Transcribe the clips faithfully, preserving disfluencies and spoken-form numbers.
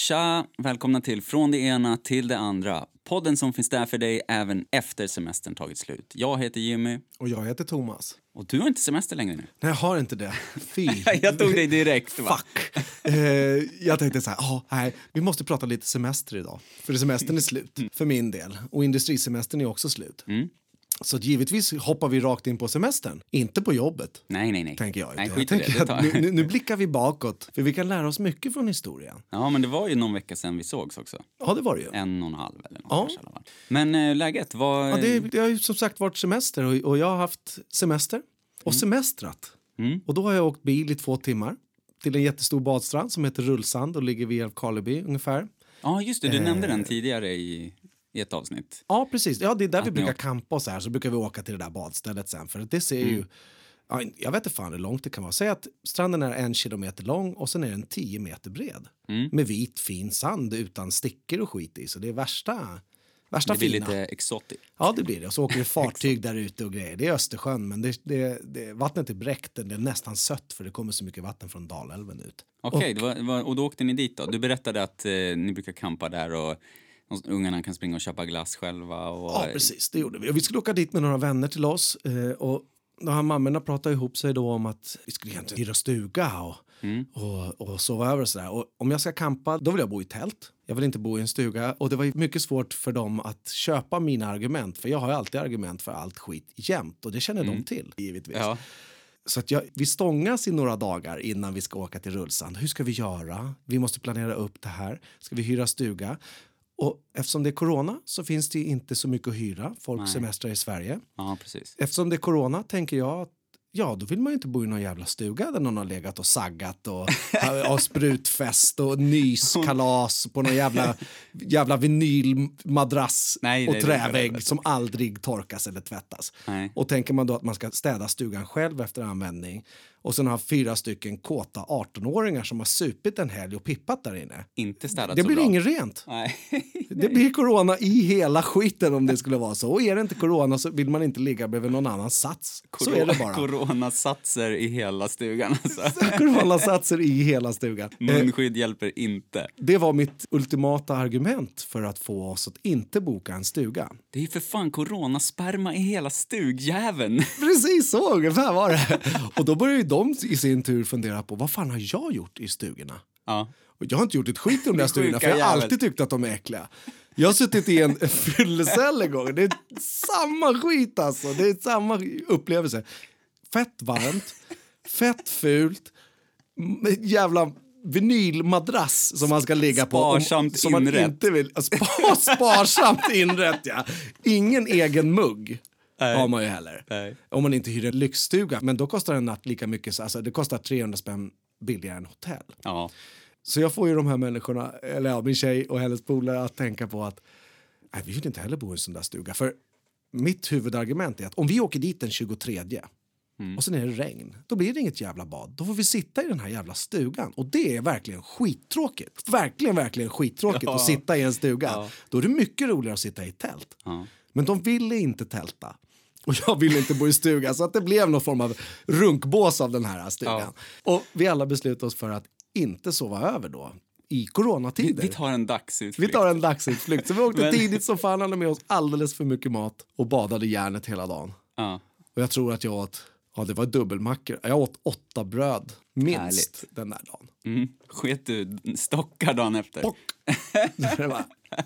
Tja, välkomna till Från det ena till det andra. Podden som finns där för dig även efter semestern tagit slut. Jag heter Jimmy. Och jag heter Thomas. Och du har inte semester längre nu. Nej, jag har inte det. Fy. Jag tog dig direkt, va? Fuck. Eh, jag tänkte så här, oh, nej, vi måste prata lite semester idag. För semestern är slut, mm. för min del. Och industrisemestern är också slut. Mm. Så givetvis hoppar vi rakt in på semestern. Inte på jobbet. Nej, nej, nej. Tänker jag. Nej, jag tänker det. Tar... nu, nu blickar vi bakåt. För vi kan lära oss mycket från historien. Ja, men det var ju någon vecka sedan vi sågs också. Ja, det var det ju. En och en halv eller något. Ja. Kanske. Men äh, läget var... Ja, det, det har ju som sagt varit semester. Och, och jag har haft semester. Och mm. semestrat. Mm. Och då har jag åkt bil i två timmar. Till en jättestor badstrand som heter Rullsand. Och ligger vid Älvkarleby ungefär. Ja, just det. Du eh... nämnde den tidigare i... i ett avsnitt. Ja, precis. Ja, det är där att vi brukar åker... kampa och så här. Så brukar vi åka till det där badstället sen. För det ser mm. ju... Ja, jag vet inte fan hur långt det kan vara. Säg att stranden är en kilometer lång och sen är den tio meter bred. Mm. Med vit, fin sand utan stickor och skit i. Så det är värsta, värsta det blir fina. Lite exotiskt. Ja, det blir det. Och så åker det fartyg där ute och grejer. Det är Östersjön, men det, det, det, vattnet är bräckt. Det är nästan sött för det kommer så mycket vatten från Dalälven ut. Okej, okay, och, och då åkte ni dit då? Du berättade att eh, ni brukar kampa där och... ungarna kan springa och köpa glass själva. Och... Ja, precis. Det gjorde vi. Och vi skulle åka dit med några vänner till oss. Och de här mammorna pratade ihop sig då om att vi skulle egentligen hyra stuga och, mm. och, och sova över och sådär. Och om jag ska campa, då vill jag bo i tält. Jag vill inte bo i en stuga. Och det var mycket svårt för dem att köpa mina argument. För jag har ju alltid argument för allt skit jämt. Och det känner mm. de till, givetvis. Ja. Så att jag, vi stångas i några dagar innan vi ska åka till Rullsand. Hur ska vi göra? Vi måste planera upp det här. Ska vi hyra stuga? Och eftersom det är corona så finns det inte så mycket att hyra. Folk semestrar i Sverige. Ja, precis. Eftersom det är corona tänker jag att ja, då vill man ju inte bo i någon jävla stuga där någon har legat och saggat och har sprutfest och nyskalas på någon jävla, jävla vinylmadrass nej, och trävägg som aldrig torkas eller tvättas. Nej. Och tänker man då att man ska städa stugan själv efter användning och sen har fyra stycken kåta arton-åringar som har supit en helg och pippat där inne. Inte städat det så blir bra. Inget rent. Nej. Det blir corona i hela skiten om det skulle vara så. Och är det inte corona så vill man inte ligga bredvid någon annan sats. Corona, så är det bara. Coronasatser i hela stugan. Alltså. Coronasatser i hela stugan. Munskydd hjälper inte. Det var mitt ultimata argument för att få oss att inte boka en stuga. Det är ju för fan coronasperma i hela stugjäveln. Precis så, ungefär var det. Och då började ju de i sin tur fundera på vad fan har jag gjort i stugorna? Ja. Och jag har inte gjort ett skit i de där stugorna för jag har alltid tyckt att de är äckliga. Jag har suttit i en fyllecell en gång. Det är samma skit alltså. Det är samma upplevelse. Fett varmt, fett fult, jävla vinylmadrass som man ska ligga på. Sparsamt som man inrätt. Inte vill, spar, sparsamt inrätt, ja. Ingen egen mugg. Nej. Har man ju heller. Nej. Om man inte hyr en lyxstuga. Men då kostar en natt lika mycket. Alltså det kostar trehundra spänn billigare än hotell. Ja. Så jag får ju de här människorna, eller ja, min tjej och hennes polare att tänka på att nej, vi vill inte heller bo i en sån där stuga. För mitt huvudargument är att om vi åker dit den tjugotredje mm. och sen är det regn, då blir det inget jävla bad. Då får vi sitta i den här jävla stugan. Och det är verkligen skittråkigt. Verkligen, verkligen skittråkigt ja. Att sitta i en stuga. Ja. Då är det mycket roligare att sitta i tält. Ja. Men de ville inte tälta. Och jag ville inte bo i stuga. Så att det blev någon form av runkbås av den här stugan. Ja. Och vi alla beslutade oss för att inte sova över då. I coronatider. Vi, vi tar en dagsutflykt. Vi tar en dagsutflykt. Så vi åkte Men... tidigt som fan, hade med oss alldeles för mycket mat. Och badade järnet hela dagen. Ja. Och jag tror att jag åt, ja det var dubbelmackor. Jag åt åtta bröd. Minst Härligt. Den där dagen. Mm. Sket du stockar dagen efter? Pock. Det var...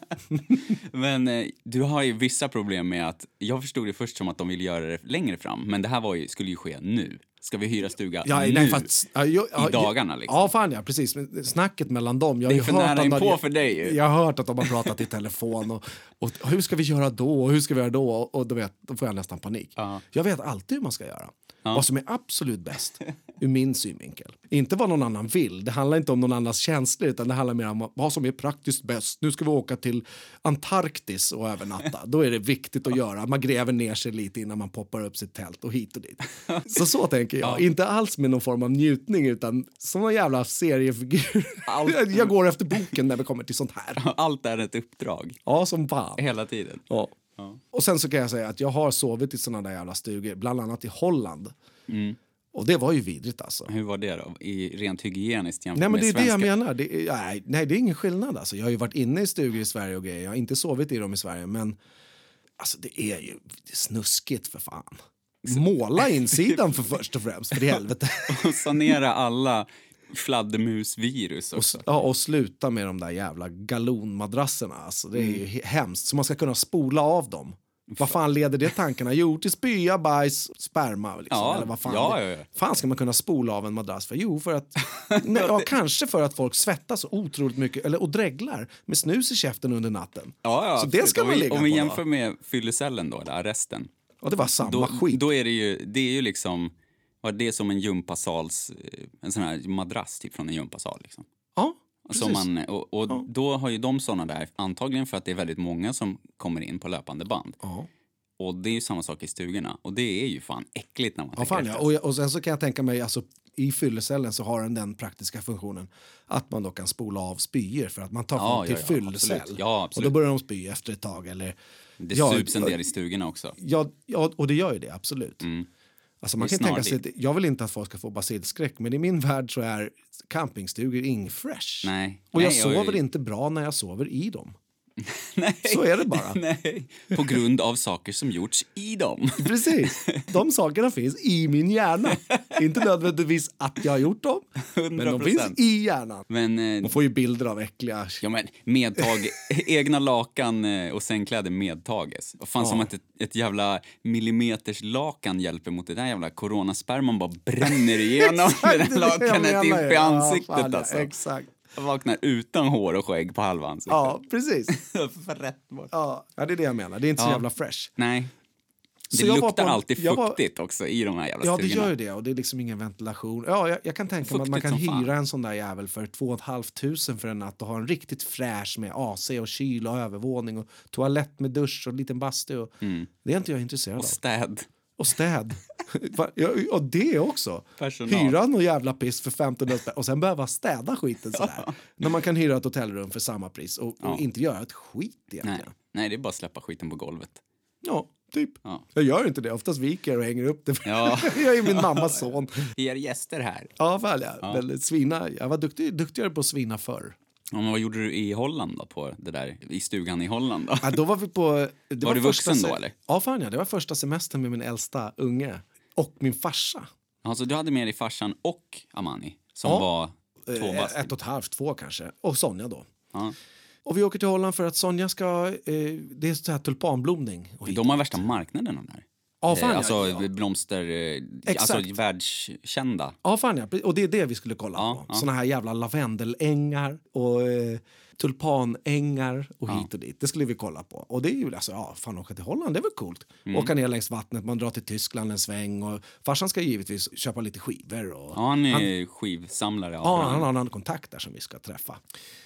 Men eh, du har ju vissa problem med att jag förstod det först som att de ville göra det längre fram, men det här var ju, skulle ju ske nu. Ska vi hyra stuga ja, nu nej, fast, ja, jag, ja, i dagarna liksom? Ja, fan ja, precis. Men snacket mellan dem. Jag det är för nära in på för dig ju. Jag har hört att de har pratat i telefon och, och, och hur ska vi göra då? Och hur ska vi göra då? Och, och då, vet, då får jag nästan panik. Uh-huh. Jag vet alltid hur man ska göra. Ja. Vad som är absolut bäst ur min synvinkel. Inte vad någon annan vill. Det handlar inte om någon annans känslor utan det handlar mer om vad som är praktiskt bäst. Nu ska vi åka till Antarktis och övernatta. Då är det viktigt att göra. Man gräver ner sig lite innan man poppar upp sitt tält och hit och dit. Så så tänker jag. Ja. Inte alls med någon form av njutning utan som en jävla seriefigur. Allt... Jag går efter boken när vi kommer till sånt här. Allt är ett uppdrag. Ja, som fan. Hela tiden. Ja. Ja. Och sen så kan jag säga att jag har sovit i såna där jävla stugor, bland annat i Holland. Mm. Och det var ju vidrigt alltså. Hur var det då? I rent hygieniskt jämfört Nej, men det är med svenska? det jag menar. Det är, nej, nej, det är ingen skillnad. Alltså. Jag har ju varit inne i stugor i Sverige och grejer. Jag har inte sovit i dem i Sverige, men alltså, det är ju det är snuskigt för fan. Måla insidan för först och främst, för i helvete. Och sanera alla fladdermusvirus också. Och, ja, och sluta med de där jävla galonmadrasserna. Alltså, det är ju mm. hemskt. Så man ska kunna spola av dem. Vad fan leder det tankarna? Jo, till spya, bajs, sperma. Liksom. Ja, eller vad fan. ja, ja, ja. fan ska man kunna spola av en madrass för? Jo, för att... nej, ja, kanske för att folk svettas så otroligt mycket. Eller, och dreglar med snus i käften under natten. Ja, ja, så det ska om man vi, ligga Om vi på, jämför då. med fyllecellen då, eller arresten. Ja, det var samma då, skit. Då är det ju, det är ju liksom... Det är som en gympasals... En sån här madrass typ från en gympasal liksom. Ja, precis. Som man, och och Ja. då har ju de såna där, antagligen för att det är väldigt många som kommer in på löpande band. Ja. Och det är ju samma sak i stugorna. Och det är ju fan äckligt när man Ja, tänker fan, ja. efter. Och, jag- och sen så kan jag tänka mig, alltså, i fyllecellen så har den den praktiska funktionen att man då kan spola av spyor för att man tar Ja, folk till ja, ja, fyllecell. absolut. Ja, och absolut. då börjar de spy efter ett tag. Eller, Det ja, sups en ja, del i stugorna också. Ja, ja, och det gör ju det, absolut. Mm. Alltså man Det är kan tänka sig, snarligt. att- jag vill inte att folk ska få basilskräck, men i min värld så är campingstugor ing fresh. Nej. Och jag Nej, sover jag- inte bra när jag sover i dem. Nej. Så är det bara. Nej. På grund av saker som gjorts i dem. Precis. De sakerna finns i min hjärna. Inte nödvändigtvis att jag har gjort dem, men de finns i hjärnan. Men, eh, Man får ju bilder av äckliga... ja, men medtag, egna lakan eh, och sängkläder medtages. Och fan Ja. som att ett, ett jävla millimeters lakan hjälper mot det där jävla coronasperman bara bränner igenom det där lakanet in i ansiktet. Ja, fan, ja, alltså. exakt. Jag vaknar utan hår och skägg på halva ansiktet. Ja, precis. För rätt bort. Ja, ja, det är det jag menar. Det är inte så Ja. jävla fresh. Nej. Det Så jag var luktar på en- alltid jag var- fuktigt också i de här jävla Ja, det stugorna. gör ju det. Och det är liksom ingen ventilation. Ja, jag, jag kan tänka mig att man kan Fuktigt som hyra fan. en sån där jävel för två och ett halvt tusen för en natt och ha en riktigt fräsch med A C och kyl och övervåning och toalett med dusch och liten bastu. Och, Det är inte jag intresserad Och av. städ. Och städ. Va? Ja, och det också. Personal. Hyra någon jävla piss för femton spänn och sen behöva städa skiten sådär. När man kan hyra ett hotellrum för samma pris och, Ja. och inte göra ett skit Nej. egentligen. Nej, det är bara att släppa skiten på golvet. Ja, typ. Ja. Jag gör inte det. Oftast viker jag och hänger upp det. Ja. Jag är min mammas son. Vi är gäster här. Ja, väl ja. Ja. Väldigt svina. Jag var duktig, duktigare på att svina förr. Ja, men vad gjorde du i Holland då, på det där, i stugan i Holland då? Ja, då var vi på... Det Var du första vuxen då, se- eller? Ja, fan ja. Det var första semestern med min äldsta unge. Och min farsa. Alltså, du hade med dig farsan och Amani, som Ja. var två Eh, bast. ett och ett halvt, två kanske. Och Sonja då. Ja. Och vi åker till Holland för att Sonja ska... Eh, det är så här tulpanblomning. Och hit. De har värsta marknaden de där. Ja, fan, eh, ja, alltså ja. blomster, eh, Exakt. alltså världskända. Ja, fan ja. Och det är det vi skulle kolla Ja, på. ja. Såna här jävla lavendelängar och eh, tulpanängar och Ja. hit och dit. Det skulle vi kolla på. Och det är ju alltså, ja, fan åka till Holland, det är väl coolt. Mm. Åka ner längs vattnet, man drar till Tyskland en sväng och farsan ska givetvis köpa lite skivor. Och, Ja, han är han, skivsamlare. av ja, rang. han har en annan kontakt där som vi ska träffa.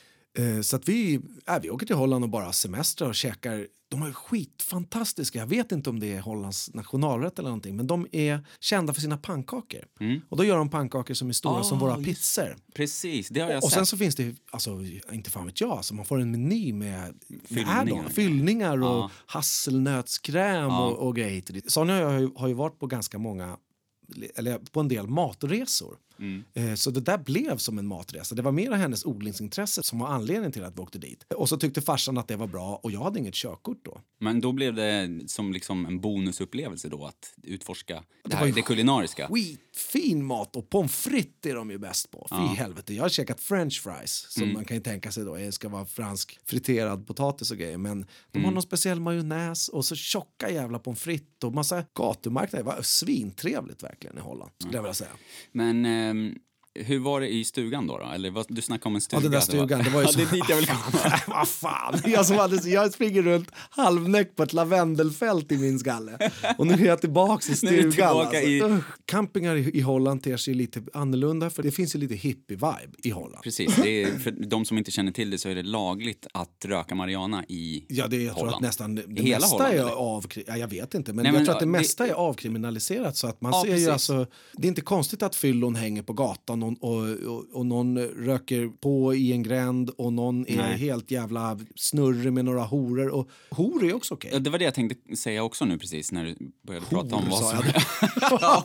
Eh, så att vi, äh, vi åker till Holland och bara semestrar och käkar. De är skitfantastiska. Jag vet inte om det är Hollands nationalrätt eller någonting, men de är kända för sina pannkakor. Mm. Och då gör de pannkakor som är stora Ah, som våra just pizzor. Precis, det har jag Och sett. sen så finns det, alltså, inte fan vet jag, alltså, man får en meny med Fyllningar. fyllningar, fyllningar och Ja. hasselnötskräm Ja. och, och grejer till det. Sonja och jag har ju, har ju varit på ganska många, eller på en del matresor. Mm. Eh, Så det där blev som en matresa. Det var mer hennes odlingsintresse som var anledningen till att vi åkte dit. Och så tyckte farsan att det var bra och jag hade inget körkort då. Men då blev det som liksom en bonusupplevelse då att utforska det, var här, ju det kulinariska. Skitfin mat och pommes frites är de ju bäst på. Fy Ja. helvete. Jag har käkat french fries som Mm. man kan ju tänka sig då. Det ska vara fransk friterad potatis och grejer. Men de Mm. har någon speciell majonnäs och så tjocka jävla pommes frites och massa gatumarknader. Det var svintrevligt verkligen i Holland skulle jag vilja säga. Men ehm, hur var det i stugan då? då? Eller vad, du snackade om en stuga. Ja, den där stugan, det var ju ja, så... det är dit jag vill komma. Vad fan, jag, som hade, jag springer runt halvnäck på ett lavendelfält i min skalle. Och nu är jag tillbaka i Nu är vi stugan. tillbaka Alltså. i- Usch. Campingar i, i Holland ter sig lite annorlunda för det finns ju lite hippie-vibe i Holland. Precis, det är, för de som inte känner till det så är det lagligt att röka marijuana i Ja, det är, jag tror Holland. att nästan det I hela mesta Holland, är eller? av, ja, jag vet inte, men Nej, jag men, tror att det ja, mesta det- är avkriminaliserat så att man Ja, ser precis. ju alltså, det är inte konstigt att fyllon hänger på gatan stan och, och, och, och någon röker på i en gränd och någon är Nej. helt jävla snurrig med några horor. Och horor är också okej. Okay. Det var det jag tänkte säga också nu precis när du började Hor, prata om vad som... ja,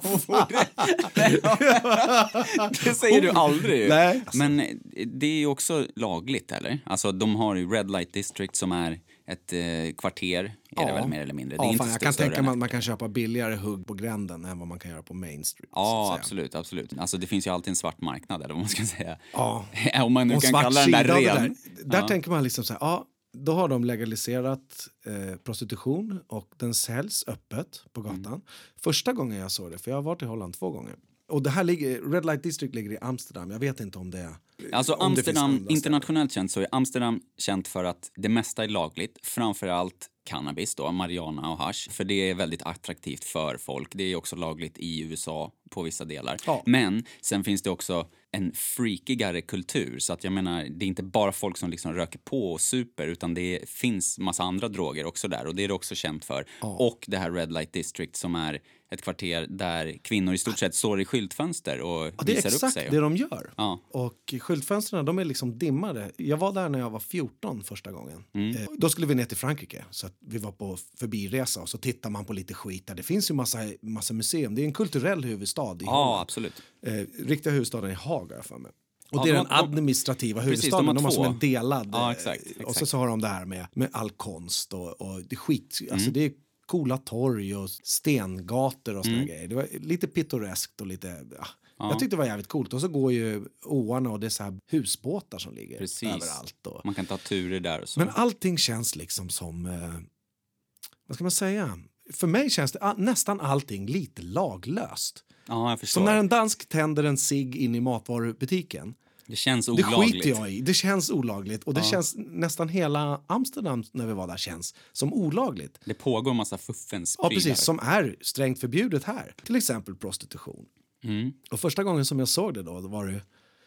det säger du aldrig. Nej. Men det är ju också lagligt, eller? Alltså, de har ju Red Light District som är ett eh, kvarter, är ja. det väl mer eller mindre. Det är ja, inte fan, jag kan tänka mig att man kan köpa billigare hugg på gränden än vad man kan göra på Main Street. Ja, absolut, absolut. Alltså, det finns ju alltid en svart marknad, eller vad man ska säga. Ja. Om man nu och kan kalla den där ren. Där, där ja. tänker man liksom så här, ja, då har de legaliserat eh, prostitution och den säljs öppet på gatan. Mm. Första gången jag såg det, för jag har varit i Holland två gånger. Och det här ligger, Red Light District ligger i Amsterdam. Jag vet inte om det är... Alltså Amsterdam, internationellt känt så är Amsterdam känt för att det mesta är lagligt. Framförallt cannabis då, marijuana och hash. För det är väldigt attraktivt för folk. Det är också lagligt i U S A på vissa delar. Ja. Men sen finns det också en freakigare kultur. Så att jag menar, det är inte bara folk som liksom röker på och super, utan det finns massa andra droger också där. Och det är det också känt för. Ja. Och det här Red Light District som är ett kvarter där kvinnor i stort sett står i skyltfönster och ja, det visar upp sig. Det är exakt det de gör. Ja. Och skyltfönstren, de är liksom dimmade. Jag var där när jag var fjorton första gången. Mm. Eh, då skulle vi ner till Frankrike. Så att vi var på förbiresa och så tittar man på lite skit där. Det finns ju massa, massa museum. Det är en kulturell huvudstad i Ja, Holland. absolut. Eh, riktiga huvudstaden i Haag för mig. Och ja, det är de den administrativa precis, huvudstaden. de har, de har två. som en delad. Ja, exakt, exakt. Och så, så har de det här med, med all konst och, och det skit. Mm. Alltså det är coola torg och stengator och såna Mm. grejer. Det var lite pittoreskt och lite... Ja. Ja. Jag tyckte det var jävligt coolt. Och så går ju åarna och det är så här husbåtar som ligger Precis. överallt. Och... Man kan ta turer där och så. Men allting känns liksom som... Eh, vad ska man säga? För mig känns det ah, nästan allting lite laglöst. Ja, jag förstår. Som när en dansk tänder en cigg in i matvarubutiken. Det känns olagligt. Det skiter jag i. Det känns olagligt. Och det ja. känns nästan hela Amsterdam när vi var där känns som olagligt. Det pågår en massa fuffens Ja, precis. Som är strängt förbjudet här. Till exempel prostitution. Mm. Och första gången som jag såg det då, då var det...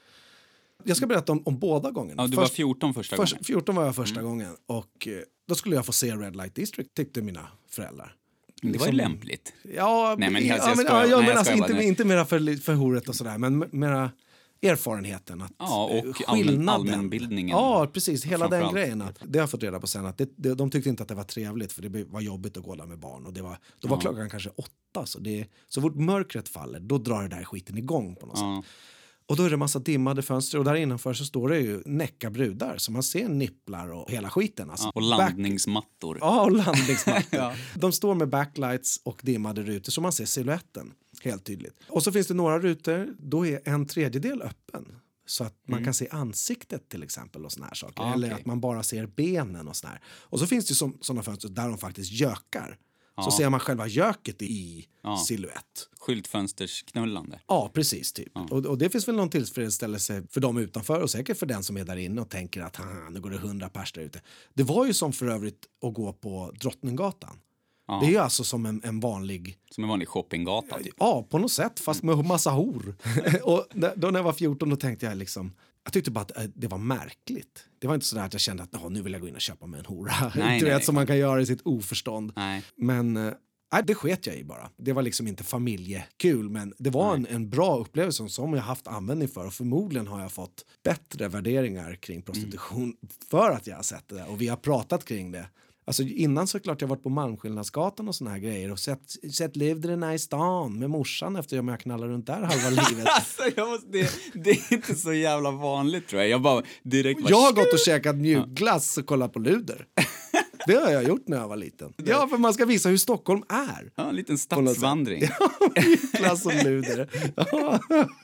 Jag ska berätta om, om båda gångerna. Ja, du Först, var fjorton första först, gången. fjorton var jag första mm. gången. Och eh, då skulle jag få se Red Light District, tyckte mina föräldrar. Det liksom, var ju lämpligt. Ja, nej, men, ja, men, ja, ja, men alltså inte, inte mera för, för horet och sådär, men mera erfarenheten. Att ja, och allmän, allmänbildningen. Ja, precis. Hela den grejen. Att, det har jag fått reda på sen. Att det, det, de tyckte inte att det var trevligt, för det var jobbigt att gå där med barn. Och det var, då var ja. klockan kanske åtta. Så, det, så fort mörkret faller, då drar det där skiten igång på något ja. sätt. Och då är det massa dimmade fönster och där innanför så står det ju näcka brudar. Så man ser nipplar och hela skiten. Alltså. Ja, och landningsmattor. Back... Ja, och landningsmattor. ja. De står med backlights och dimmade rutor så man ser siluetten helt tydligt. Och så finns det några rutor, då är en tredjedel öppen. Så att man mm. kan se ansiktet till exempel och såna här saker. Ah, Eller okay. att man bara ser benen och såna här. Och så finns det ju sådana fönster där de faktiskt gökar. Ja. Så ser man själva göket i ja. silhuett. Skyltfönstersknullande. Ja, precis typ. Ja. Och, och det finns väl någon tillfredsställelse för dem utanför och säkert för den som är där inne och tänker att nu går det hundra pers där ute. Det var ju som för övrigt att gå på Drottninggatan. Ja. Det är ju alltså som en, en vanlig... Som en vanlig shoppinggata. Typ. Ja, på något sätt, fast med massa hor. Och då när jag var fjorton då tänkte jag liksom... Jag tyckte bara att det var märkligt. Det var inte så där att jag kände att nu vill jag gå in och köpa mig en hora. Nej, du nej, vet, nej. Som man kan göra i sitt oförstånd. Nej. Men nej, det sket jag i bara. Det var liksom inte familjekul, men det var en, en bra upplevelse som jag haft användning för. Och förmodligen har jag fått bättre värderingar kring prostitution mm. för att jag har sett det där. Och vi har pratat kring det. Alltså innan så klart jag varit på Malmskillnadsgatan och såna här grejer och sett, sett levderna i stan med morsan efter att jag knallar runt där halva livet. Alltså, jag måste, det, det är inte så jävla vanligt tror jag. Jag, bara, direkt bara, jag har gått och käkat mjukglass och kollat på luder. Det har jag gjort när jag var liten. Ja, för man ska visa hur Stockholm är. Ja, en liten stadsvandring. Ja, mjukglass och luder. Ja,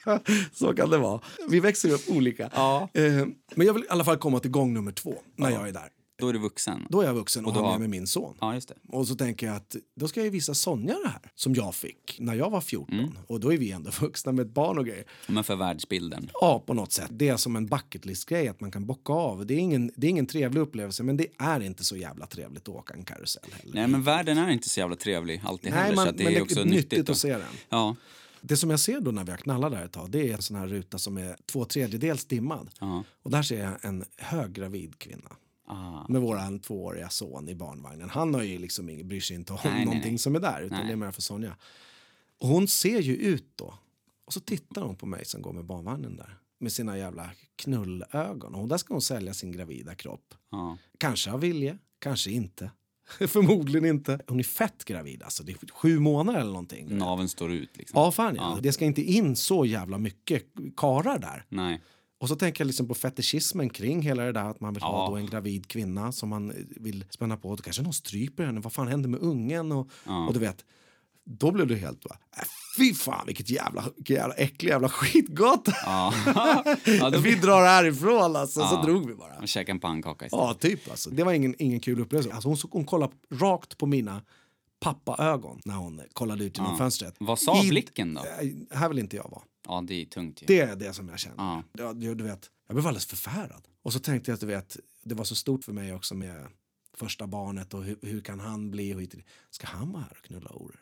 så kan det vara. Vi växer upp olika. Ja. Men jag vill i alla fall komma till gång nummer två när ja. jag är där. Då är du vuxen. Då är jag vuxen och, och har med har... med min son. Ja, just det. Och så tänker jag att då ska jag visa Sonja det här som jag fick när jag var fjorton. Mm. Och då är vi ändå vuxna med ett barn och grejer. Men för världsbilden. Ja, på något sätt. Det är som en bucket list-grej att man kan bocka av. Det är, ingen, det är ingen trevlig upplevelse, men det är inte så jävla trevligt att åka en karusell heller. Nej, men världen är inte så jävla trevlig alltid Nej, heller. Man, så att det men är det också är nyttigt, nyttigt att se den. Ja. Det som jag ser då när vi har knallat där ett tag, det är en sån här ruta som är två tredjedels dimmad. Uh-huh. Och där ser jag en höggravid kvinna. Ah. Med våran tvååriga son i barnvagnen. Han har ju liksom ingen, bryr sig inte om nej, någonting nej. som är där, utan nej. det är mer för Sonja. Och hon ser ju ut då Och så tittar hon på mig som går med barnvagnen där. Med sina jävla knullögon. Och där ska hon sälja sin gravida kropp. Ja. Kanske av vilje, kanske inte. Förmodligen inte. Hon är fett gravid, alltså det är sju månader eller någonting. Naveln står ut liksom. Ja, fan ja. ja. Det ska inte in så jävla mycket karar där. Nej. Och så tänker jag liksom på fetischismen kring hela det där att man vill ja. ha då en gravid kvinna som man vill spänna på. Då kanske någon stryper henne. Vad fan händer med ungen? Och, ja. och du vet, då blev det helt bara, äh, fy fan vilket jävla, vilket jävla äcklig jävla skitgott. Ja. ja, då... Vi drar härifrån alltså. Ja. Så drog vi bara. Och käkade en pannkaka istället. Ja, typ alltså. Det var ingen, ingen kul upplevelse. Alltså hon, hon kollade rakt på mina pappaögon när hon kollade ut genom ja. fönstret. Vad sa I, blicken då? Här vill inte jag vara. Ja, det är tungt ju. Det är det som jag känner. Ja. Ja, du, du vet, jag blev alldeles förfärad. Och så tänkte jag att du vet, det var så stort för mig också med första barnet och hur, hur kan han bli och hit. Ska han vara här och knulla oror?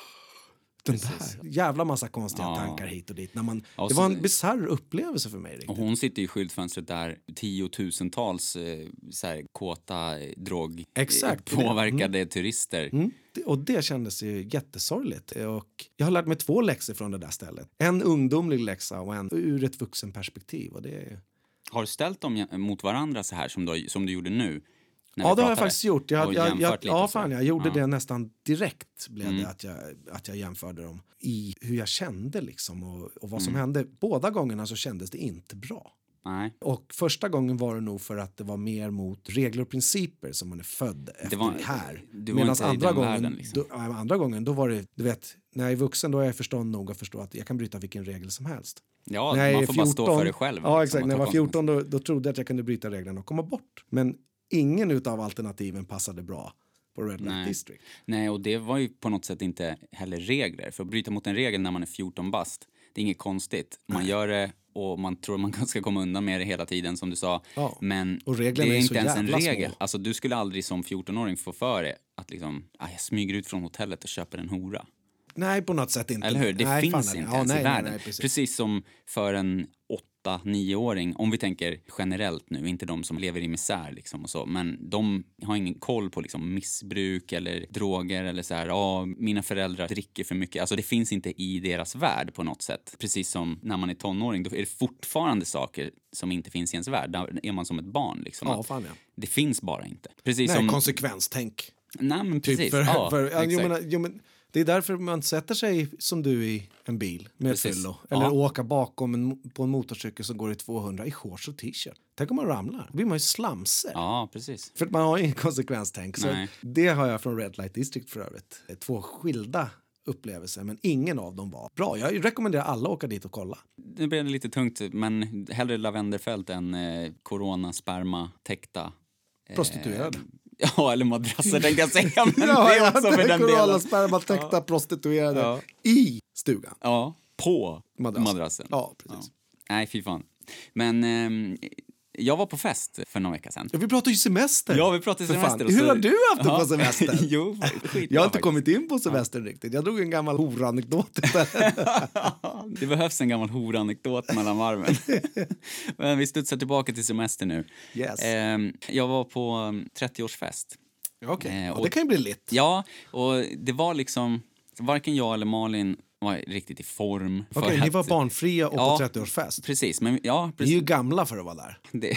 Den där jävla massa konstiga ja. tankar hit och dit. När man, och det var en bizarr upplevelse för mig. Riktigt. Och hon sitter i skyltfönstret där tiotusentals eh, så här, kåta, drog, Exakt. påverkade mm. turister. Mm. Och det kändes ju jättesorgligt. Och jag har lärt mig två läxor från det där stället. En ungdomlig läxa och en ur ett vuxenperspektiv. Och det är... Har du ställt dem mot varandra så här som du, som du gjorde nu? Ja, det har jag faktiskt gjort. Jag, jag, jag, ja, fan, jag gjorde ja. det nästan direkt. Blev mm. det att jag, att jag jämförde dem i hur jag kände liksom och, och vad som mm. hände. Båda gångerna så kändes det inte bra. Nej. Och första gången var det nog för att det var mer mot regler och principer som man är född efter det, var, här. Medan andra gången, världen, liksom. då, andra gången, då var det, du vet, när jag är vuxen då är jag förstånd nog att förstå att jag kan bryta vilken regel som helst. Ja, när man får fjorton, bara stå för det själv. Ja, exakt. När jag var fjorton då, då trodde jag att jag kunde bryta reglerna och komma bort. Men ingen utav alternativen passade bra på Red Light District. Nej, och det var ju på något sätt inte heller regler. För att bryta mot en regel när man är fjorton bast, det är inget konstigt. Man Nej. gör det och man tror man ska komma undan med det hela tiden som du sa. Ja. Men och det är, är inte ens en regel. Små. Alltså du skulle aldrig som fjortonåring få för det att liksom, ah, jag smyger ut från hotellet och köper en hora. Nej, på något sätt inte. Eller hur? Det nej, finns inte ja, ens nej, i världen. Nej, nej, precis. precis som för en åtta, nioåring, om vi tänker generellt nu, inte de som lever i misär liksom och så, men de har ingen koll på liksom missbruk eller droger eller så här, ja, mina föräldrar dricker för mycket. Alltså det finns inte i deras värld på något sätt. Precis som när man är tonåring, då är det fortfarande saker som inte finns i ens värld. Där är man som ett barn liksom. Ja, fan ja. Det finns bara inte. Precis nej, som konsekvenstänk. Nej, men precis. Typ för, ja, för, ja, jo, men, jo, men det är därför man sätter sig som du i en bil med fyllo. Eller ja. åka bakom en, på en motorcykel som går i tvåhundra i shorts och t-shirt. Tänk om man ramlar. Då blir man ju slamser. Ja, precis. För att man har ingen konsekvenstänk. Så det har jag från Red Light District för övrigt. Två skilda upplevelser, men ingen av dem var bra. Jag rekommenderar alla att åka dit och kolla. Det blir lite tungt, men hellre lavenderfält än eh, corona-sperma-täckta. Eh, prostituerade. Ja, eller madrasser tänkte jag säga. Men ja, det är också för den delen. Alla spermatäckta ja. prostituerade ja. i stugan. Ja, på madrassen. madrassen. Ja, precis. Ja. Nej, fy fan. Men eh, jag var på fest för några veckor sedan. Ja, vi pratade ju semester. Ja, vi pratade semester. Hur har du haft det ja. på semester? jo, skit. Jag har inte kommit in på semester ja. riktigt. Jag drog en gammal horanekdot. Det behövs en gammal horanekdot mellan varven. Men vi studsar tillbaka till semester nu. Yes. Eh, jag var på trettioårsfest. Okej, okay. eh, det kan ju bli lite. Ja, och det var liksom, varken jag eller Malin var riktigt i form. Okej, okay, ni var barnfria och ja, på trettioårsfest. Precis, men ja, precis. Ni är ju gamla för att vara där. Det...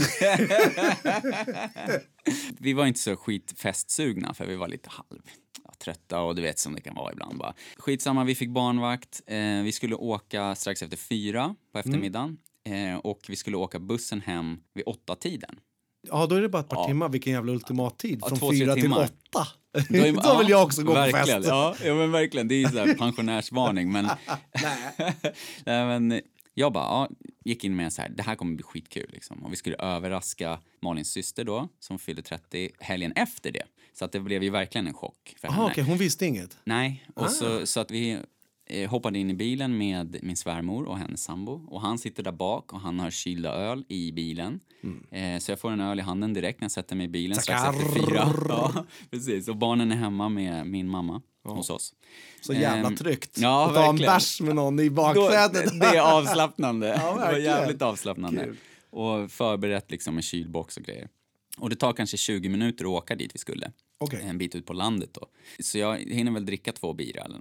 vi var inte så skitfestsugna för vi var lite halv ja, trötta och du vet som det kan vara ibland bara. Skitsamma, vi fick barnvakt. Eh, vi skulle åka strax efter fyra på eftermiddagen mm. eh, och vi skulle åka bussen hem vid åtta tiden. Ja, då är det bara ett par ja. timmar. Vilken jävla ultimattid. Ja, Från två, fyra till timmar. åtta. Då, är, då vill jag också gå verkligen. på fest. Ja, ja, men verkligen. Det är ju så här pensionärsvarning. Men, Nej. Nej, men jag bara ja, gick in med så här, det här kommer bli skitkul. Liksom. Och vi skulle överraska Malins syster då, som fyllde trettio, helgen efter det. Så att det blev ju verkligen en chock för Aha, henne. Okej, hon visste inget? Nej, och ah. så, så att vi eh, hoppade in i bilen med min svärmor och hennes sambo. Och han sitter där bak och han har kylda öl i bilen. Mm. Eh, så jag får en öl i handen direkt när jag sätter mig i bilen. Strax efter fyra. Ja, precis. Och barnen är hemma med min mamma ja. hos oss. Så jävla um, tryggt. Ja, att ta en bärs med någon i baksätet. Det är avslappnande. Ja, det var jävligt avslappnande. Kul. Och förberett liksom med kylbox och grejer. Och det tar kanske tjugo minuter att åka dit vi skulle. Okay. En bit ut på landet då. Så jag hinner väl dricka två bira eller något.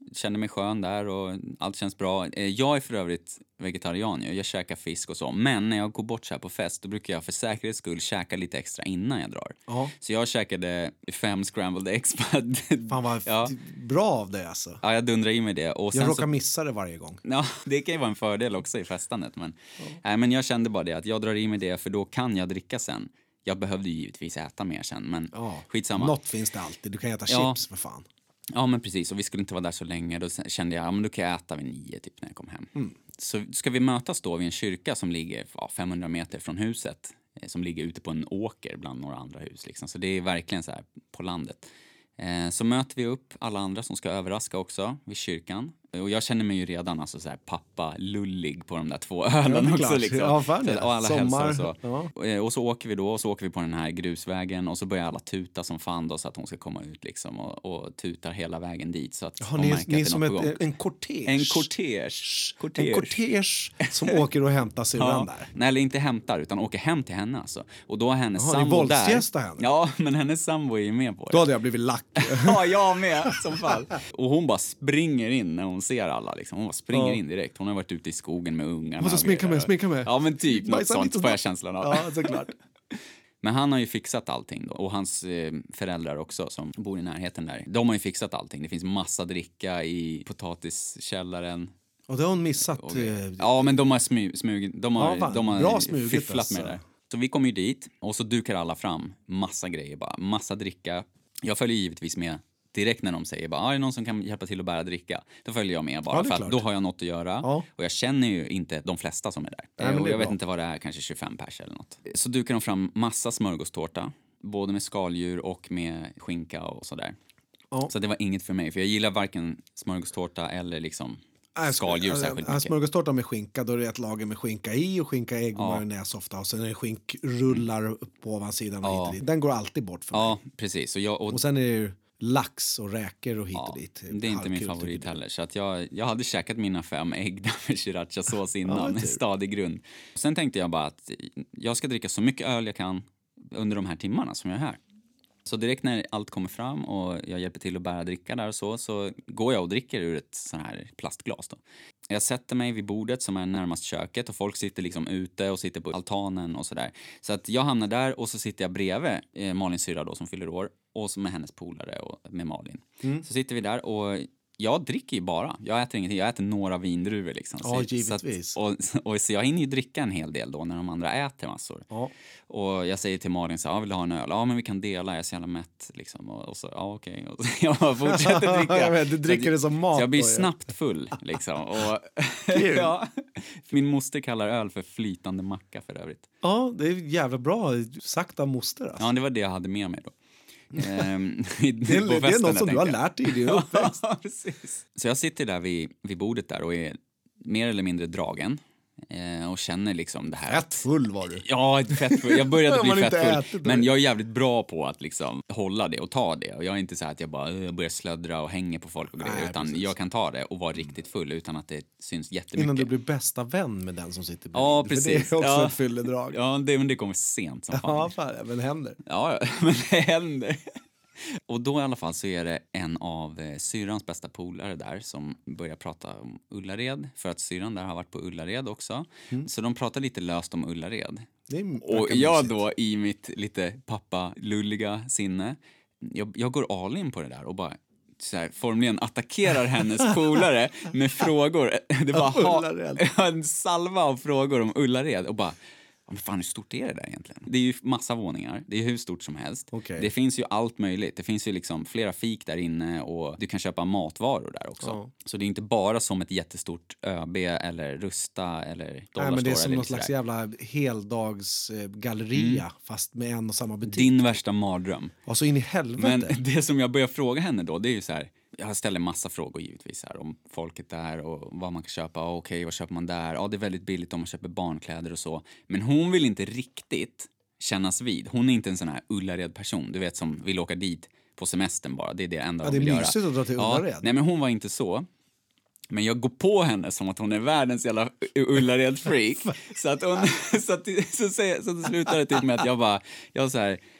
kände mig skön där och allt känns bra. Jag är för övrigt vegetarian, jag käkar fisk och så. Men när jag går bort så här på fest, då brukar jag för säkerhets skull käka lite extra innan jag drar. Ja. Så jag käkade fem scrambled eggs. Fan vad ja. bra av det alltså. Ja, jag dundrar i mig det. Och sen jag råkar så... missa det varje gång. Ja, det kan ju vara en fördel också i festandet. Men, ja. nej, men jag kände bara det, att jag drar i mig det för då kan jag dricka sen. Jag behövde ju givetvis äta mer sen, men ja. skitsamma. Något finns det alltid, du kan äta ja. chips för fan. Ja, men precis. Och vi skulle inte vara där så länge. Då kände jag, ja men då kan jag äta vid nio typ när jag kom hem. Mm. Så ska vi mötas då vid en kyrka som ligger ja, femhundra meter från huset. Eh, som ligger ute på en åker bland några andra hus liksom. Så det är verkligen så här på landet. Eh, så möter vi upp alla andra som ska överraska också vid kyrkan. Och jag känner mig ju redan alltså så här pappa lullig på de där två ölen också liksom. Ja, fan, så, och alla hälsar och så. Ja. Och, och så åker vi då och så åker vi på den här grusvägen och så börjar alla tuta som fan då så att hon ska komma ut liksom och, och tutar hela vägen dit så att ja, ni, ni är, är som ett, en kortege. En kortege. En kortege som åker och hämtar syrran ja. där. Nej, eller inte hämtar utan åker hem till henne alltså. Och då är hennes Jaha, sambo där. Våldsgästa henne. Ja, men hennes sambo är ju med på det. Då hade jag blivit lack. Ja, jag med som fall. Och hon bara springer in när hon ser alla liksom. Hon bara springer ja. in direkt. Hon har varit ute i skogen med ungarna. Måste sminka med, sminka med. Ja, men typ något sånt får jag känslan av. Ja, såklart. Men han har ju fixat allting då. Och hans eh, föräldrar också som bor i närheten där. De har ju fixat allting. Det finns massa dricka i potatiskällaren. Och det har hon missat. Och, ja, men de har smugit. Smug, de har, ja, de har bra smuget, fifflat alltså. med det. Så vi kommer ju dit och så dukar alla fram. Massa grejer bara. Massa dricka. Jag följer givetvis med direkt när de säger bara, ah, är det någon som kan hjälpa till att bära dricka? Då följer jag med bara, ja, för att då har jag något att göra. Ja. Och jag känner ju inte de flesta som är där. Nej, och jag vet bra. inte vad det är, kanske tjugofem pers eller något. Så dukar de fram massa smörgåstårta. Både med skaldjur och med skinka och sådär. Ja. Så det var inget för mig, för jag gillar varken smörgåstårta eller liksom skaldjur alltså, särskilt mycket. Smörgåstårta med skinka, då är det ett lager med skinka i och skinka, ägg och ja. majonnäs ofta. Och sen är det skinkrullar på ovansidan och ja. hit och dit. Den går alltid bort för mig. Ja, precis. Och, jag, och... och sen är det ju lax och räkor och hit ja, och dit. Det är inte min favorit heller. Så att jag, jag hade käkat mina fem ägg där med srirachasås innan, ja, med stadig grund. Sen tänkte jag bara att jag ska dricka så mycket öl jag kan under de här timmarna som jag är här. Så direkt när allt kommer fram och jag hjälper till att bära dricka där och så, så går jag och dricker ur ett sån här plastglas då. Jag sätter mig vid bordet som är närmast köket och folk sitter liksom ute och sitter på altanen och sådär. Så att jag hamnar där och så sitter jag bredvid eh, Malins syrra då som fyller år och som är hennes polare och med Malin. Mm. Så sitter vi där och jag dricker ju bara. Jag äter ingenting. Jag äter några vindruvor liksom. Ja, givetvis. Så, att, och, och, så jag hinner ju dricka en hel del då när de andra äter massor. Ja. Och jag säger till Malin så här, ja, vill du ha en öl? Ja, men vi kan dela. Jag är så jävla mätt liksom. Och, och så, ja okej. Okay. Och så jag fortsätter dricka. Ja, men du dricker det som mat. Så jag blir snabbt full liksom. Och, ja, min moster kallar öl för flytande macka för övrigt. Ja, det är jävla bra sagt av moster. Alltså. Ja, det var det jag hade med mig då. ehm, det, är, det är något som du har lärt dig i din uppväxt. Ja, precis. Så jag sitter där vid, vid bordet där och är mer eller mindre dragen. Eh, och känner liksom det här. Fett full var du. Ja, fett full. Jag började bli fett full. Men det. jag är jävligt bra på att liksom hålla det och ta det. Och jag är inte så här att jag bara jag börjar slöddra och hänger på folk och grejer. Nej, utan precis. Jag kan ta det och vara riktigt full utan att det syns jättemycket. Innan du blir bästa vän med den som sitter bredvid. Ja, precis. För det är också ja. ett fylledrag. Ja, det, men det kommer sent som fan. Ja, fan, men det händer. Ja, men det händer. Och då i alla fall så är det en av eh, syrrans bästa polare där som börjar prata om Ullared. För att syrran där har varit på Ullared också. Mm. Så de pratar lite löst om Ullared. Det är och jag då i mitt lite pappa-lulliga sinne. Jag, jag går all in på det där och bara så här, formligen attackerar hennes polare med frågor. Det var ha, en salva av frågor om Ullared och bara... Men fan, hur stort är det där egentligen? Det är ju massa våningar. Det är hur stort som helst. Okay. Det finns ju allt möjligt. Det finns ju liksom flera fik där inne och du kan köpa matvaror där också. Oh. Så det är inte bara som ett jättestort ÖB eller Rusta eller Dollarstore. Nej, men det är som någon slags jävla heldagsgalleria mm. fast med en och samma butik. Din värsta mardröm. Och så in i helvete. Men det som jag börjar fråga henne då, det är ju så här... Jag ställer massa frågor givetvis här om folket där och vad man kan köpa. Okej, okay, vad köper man där? Ja, det är väldigt billigt om man köper barnkläder och så. Men hon vill inte riktigt kännas vid. Hon är inte en sån här Ullared person, du vet, som vill åka dit på semestern bara. Det är det enda ja, hon vill göra. Det är mysigt att dra till Ullared. Ja, nej, men hon var inte så. Men jag går på henne som att hon är världens jävla Ullared-freak. så att hon, så, att, så, så, så, så slutar det typ med att jag bara, jag så här...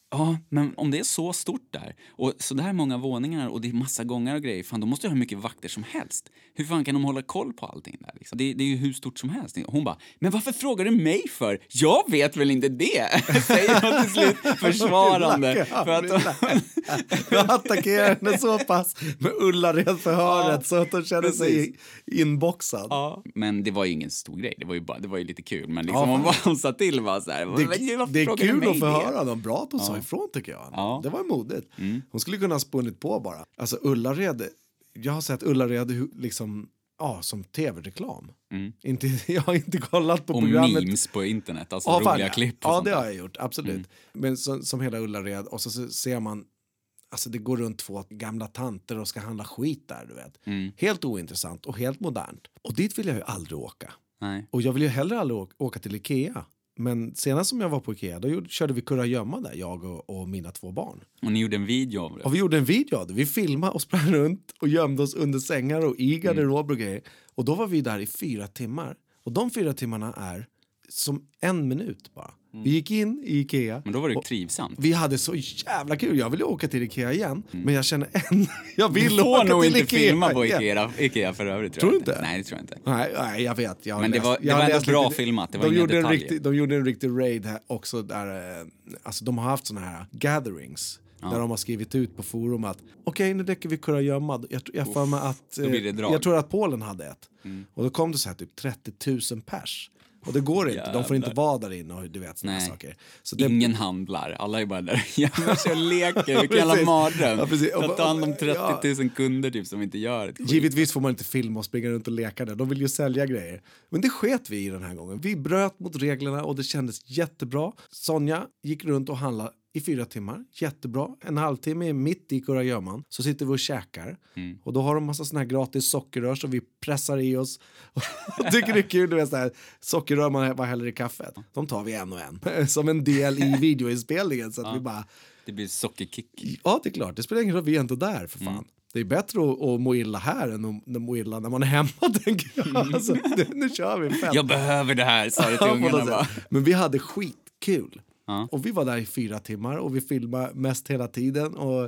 Ja, men om det är så stort där och så där många våningar och det är massa gångar och grejer, fan, då måste jag ha hur mycket vakter som helst. Hur fan kan de hålla koll på allting där liksom? Det, det är ju hur stort som helst. Hon bara, men varför frågar du mig för? Jag vet väl inte det? Säger hon till slut försvarande. För att jag attackerar henne så pass med Ullared-förhöret, ja, så att hon kände sig inboxad. Ja. Men det var ju ingen stor grej, det var ju, bara, det var ju lite kul. Men liksom, ja, hon bara sa till bara så här. Det, det är kul att förhöra dem, bra att hon sa ifrån tycker jag. Ja. Det var modigt. Mm. Hon skulle kunna ha spunnit på bara. Alltså Ullared, jag har sett Ullared liksom, ja, som tv-reklam. Mm. Inte, jag har inte kollat på och programmet. Och memes på internet, alltså ja, roliga fan, klipp och ja, sånt det där. har jag gjort, absolut. Mm. Men så, som hela Ullared, och så, så ser man, alltså det går runt två gamla tanter och ska handla skit där, du vet. Mm. Helt ointressant och helt modernt. Och dit vill jag ju aldrig åka. Nej. Och jag vill ju hellre aldrig åka, åka till Ikea. Men senast som jag var på Ikea, då gjorde, körde vi kurragömma där, jag och, och mina två barn. Och ni gjorde en video av det? Och vi gjorde en video av det. Vi filmade och sprang runt och gömde oss under sängar och i garderob och grejer. Och då var vi där i fyra timmar. Och de fyra timmarna är som en minut bara. Mm. Vi gick in i Ikea. Men då var det trivsamt. Vi hade så jävla kul. Jag ville åka till Ikea igen. Mm. Men jag känner än... Jag vill du får åka nog till inte Ikea filma på Ikea, Ikea för övrigt. Tror du inte? inte? Nej, det tror jag inte. Nej, nej jag vet. Jag men det läst, var, det var ändå bra lite, filmat. Det var de, inga gjorde en detaljer. riktig, de gjorde en riktig raid här också. Där, alltså de har haft såna här gatherings. Ja. Där de har skrivit ut på forum att okej, okay, nu räcker vi kurragömma. Jag, jag, för mig att, eh, jag tror att Polen hade ett. Mm. Och då kom det så här typ trettio tusen pers. Och det går inte, de får inte vara där inne och du vet såna saker. Så det... Ingen handlar, alla är bara där och leker, vilken jävla mardröm. Ja, precis. Att ta hand om trettio tusen kunder typ som inte gör det. Givetvis får man inte filma och springa runt och leka där, de vill ju sälja grejer. Men det sket vi i den här gången. Vi bröt mot reglerna och det kändes jättebra. Sonja gick runt och handlade i fyra timmar, jättebra. En halvtimme mitt i kurragömman så sitter vi och käkar. Mm. Och då har de massa såna här gratis sockerrör som vi pressar i oss. Och tycker det är kul, du vet, så här, sockerrör man bara häller i kaffet. De tar vi en och en. Som en del i videoinspelningen. Så att ja. vi bara... Det blir sockerkick. Ja, det är klart. Det spelar ingen roll, vi är inte där för fan. Mm. Det är bättre att, att må illa här än att må illa när man är hemma, tänker jag. Alltså, det, nu kör vi fett. Jag behöver det här, sa det till ungarna bara. Men vi hade skitkul. Ja. Och vi var där i fyra timmar och vi filmade mest hela tiden och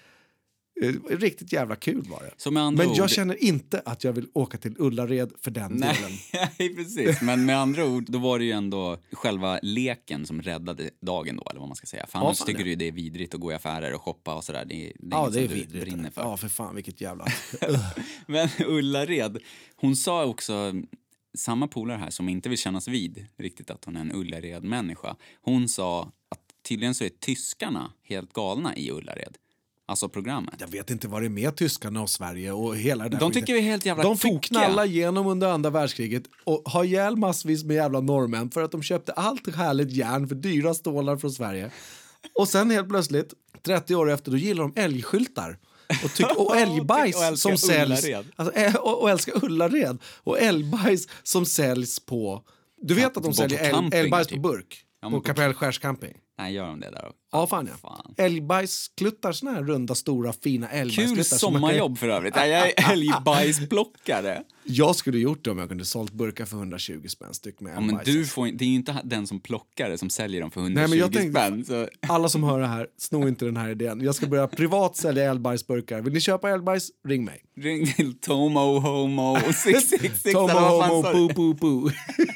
eh, riktigt jävla kul var det. Men jag ord... känner inte att jag vill åka till Ullared för den Nej, delen. Nej, precis. Men med andra ord, då var det ju ändå själva leken som räddade dagen då, eller vad man ska säga. För annars ja, tycker du det är vidrigt att gå i affärer och shoppa och sådär. Det, det är ja, det är vidrigt. För. Ja, för fan, vilket jävla... Men Ullared, hon sa också... Samma polare här som inte vill kännas vid riktigt att hon är en Ullared-människa. Hon sa att tydligen så är tyskarna helt galna i Ullared. Alltså programmet. Jag vet inte vad det är med tyskarna och Sverige och hela det där. De tycker vi är helt jävla De fick tokiga. knalla igenom under andra världskriget och ha ihjäl massvis med jävla norrmän för att de köpte allt härligt järn för dyra stålar från Sverige. Och sen helt plötsligt, trettio år efter, då gillar de älgskyltar. Och, tyck, och älgbajs och som säljs alltså, och, och älskar Ullared och älgbajs som säljs på du vet ja, att de säljer äl, älgbajs typ. På burk ja, på Kapellskärs camping. Nej, gör de det där? Ja, fan ja. Fan. Älgbajskluttar, såna här runda, stora, fina älgbajskluttar. Kul sommarjobb kan... för övrigt. Jag är älgbajsplockare. Jag skulle gjort det om jag kunde sålt burkar för hundratjugo spänn styck med älgbajs. Ja, men du får, det är ju inte den som plockar det som säljer dem för hundratjugo Nej, men jag spänn. Så... Alla som hör det här, sno inte den här idén. Jag ska börja privat sälja älgbajsburkar. Vill ni köpa älgbajs? Ring mig. Ring till Tomo Homo sex sex sex. Tomo Homo Poo Poo Poo.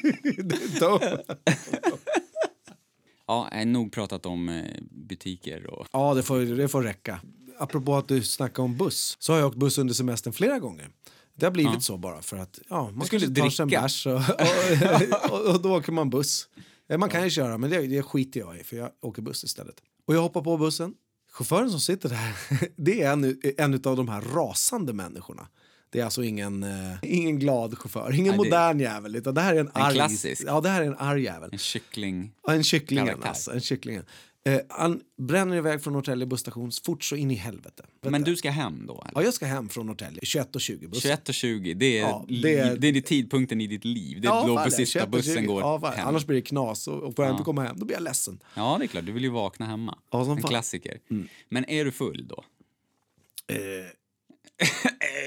Ja, jag har nog pratat om butiker och... Ja, det får, det får räcka. Apropå att du snackar om buss, så har jag åkt buss under semestern flera gånger. Det har blivit ja. så bara för att ja, man skulle ta sig en bärs och, och, och, och då åker man buss. Man kan ju köra, men det, det skiter jag i för jag åker buss istället. Och jag hoppar på bussen. Chauffören som sitter där, det är en, en av de här rasande människorna. Det är alltså ingen, uh, ingen glad chaufför, ingen Nej, modern jävel, utan det här är en, en arg... klassisk. Ja, det här är en arg jävel. En kyckling. Ja, en kycklingen alltså, en kycklingen. Uh, han bränner iväg från Norrtälje busstation fort så in i helvete. Vet Men du? du ska hem då? Eller? Ja, jag ska hem från Norrtälje. tjugoett och tjugo bussen. tjugoett och tjugo, det är, ja, det är, det är tidpunkten i ditt liv. Det är ja, då på sista bussen går ja, hem. Annars blir det knas och, och får jag ja. inte komma hem, då blir jag ledsen. Ja, det är klart. Du vill ju vakna hemma. Ja, en fan. Klassiker. Mm. Men är du full då? Eh...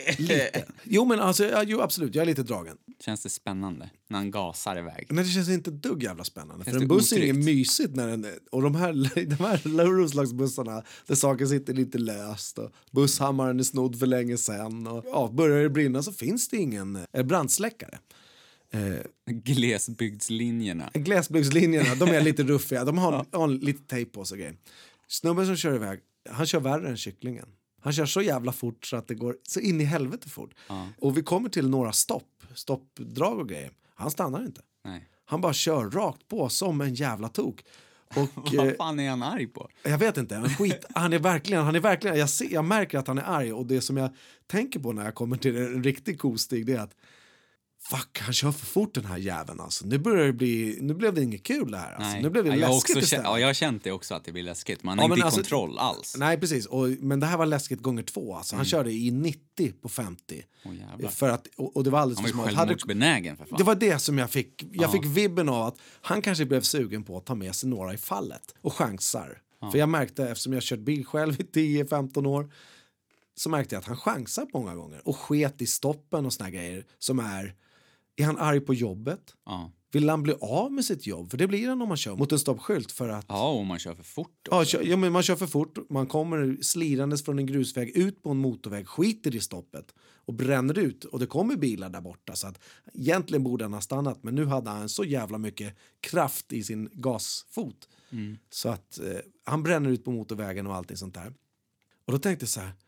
Lite. Jo, men alltså, ja, jo, absolut. Jag är lite dragen. Känns det spännande när han gasar iväg? Men det känns inte dugg jävla spännande. Känns för en det buss är otryggt? inget mysigt när den... Och de här, de här Roslagsbussarna, där saker sitter lite löst. Och busshammaren är snodd för länge sedan. Och ja, börjar det brinna så finns det ingen eh, brandsläckare. Eh, Glesbygdslinjerna. Glesbygdslinjerna, de är lite ruffiga. De har, har lite tejp på sig. Grejer. Snubben som kör iväg, han kör värre än kycklingen. Han kör så jävla fort så att det går så in i helvete fort. Ja. Och vi kommer till några stopp, stoppdrag och grejer. Han stannar inte. Nej. Han bara kör rakt på som en jävla tok. Och, Vad fan är han arg på? Jag vet inte. Han, skit, han är verkligen, han är verkligen jag, ser, jag märker att han är arg. Och det som jag tänker på när jag kommer till en riktig kostig, det är att fuck, han kör för fort den här jäveln alltså. Nu börjar det bli, nu blev det inget kul det här alltså. Nu blev det ja, läskigt jag istället. Ja, jag har känt det också att det blir läskigt. Man har Ja, inte men i alltså, kontroll alls. Nej, precis. Och, men det här var läskigt gånger två alltså. Han Mm. körde i nittio på femtio. Åh, jävlar. För att, och, och det var alldeles Han var ju för smart. Hade- självmordsbenägen för fan. Det var det som jag fick. Jag Ja. fick vibben av att han kanske blev sugen på att ta med sig några i fallet. Och chansar. För jag märkte, eftersom jag kört bil själv i tio femton år, så märkte jag att han chansar många gånger. Och sket i stoppen och såna här grejer som är... Är han arg på jobbet? Ja. Vill han bli av med sitt jobb? För det blir han om man kör mot en stoppskylt för att... Ja, och man kör för fort. Ja, också. kör, ja, men man kör för fort, man kommer slirandes från en grusväg ut på en motorväg, skiter i stoppet och bränner ut. Och det kommer bilar där borta så att egentligen borde han ha stannat. Men nu hade han så jävla mycket kraft i sin gasfot. Mm. Så att eh, han bränner ut på motorvägen och allting sånt där. Och då tänkte jag så här,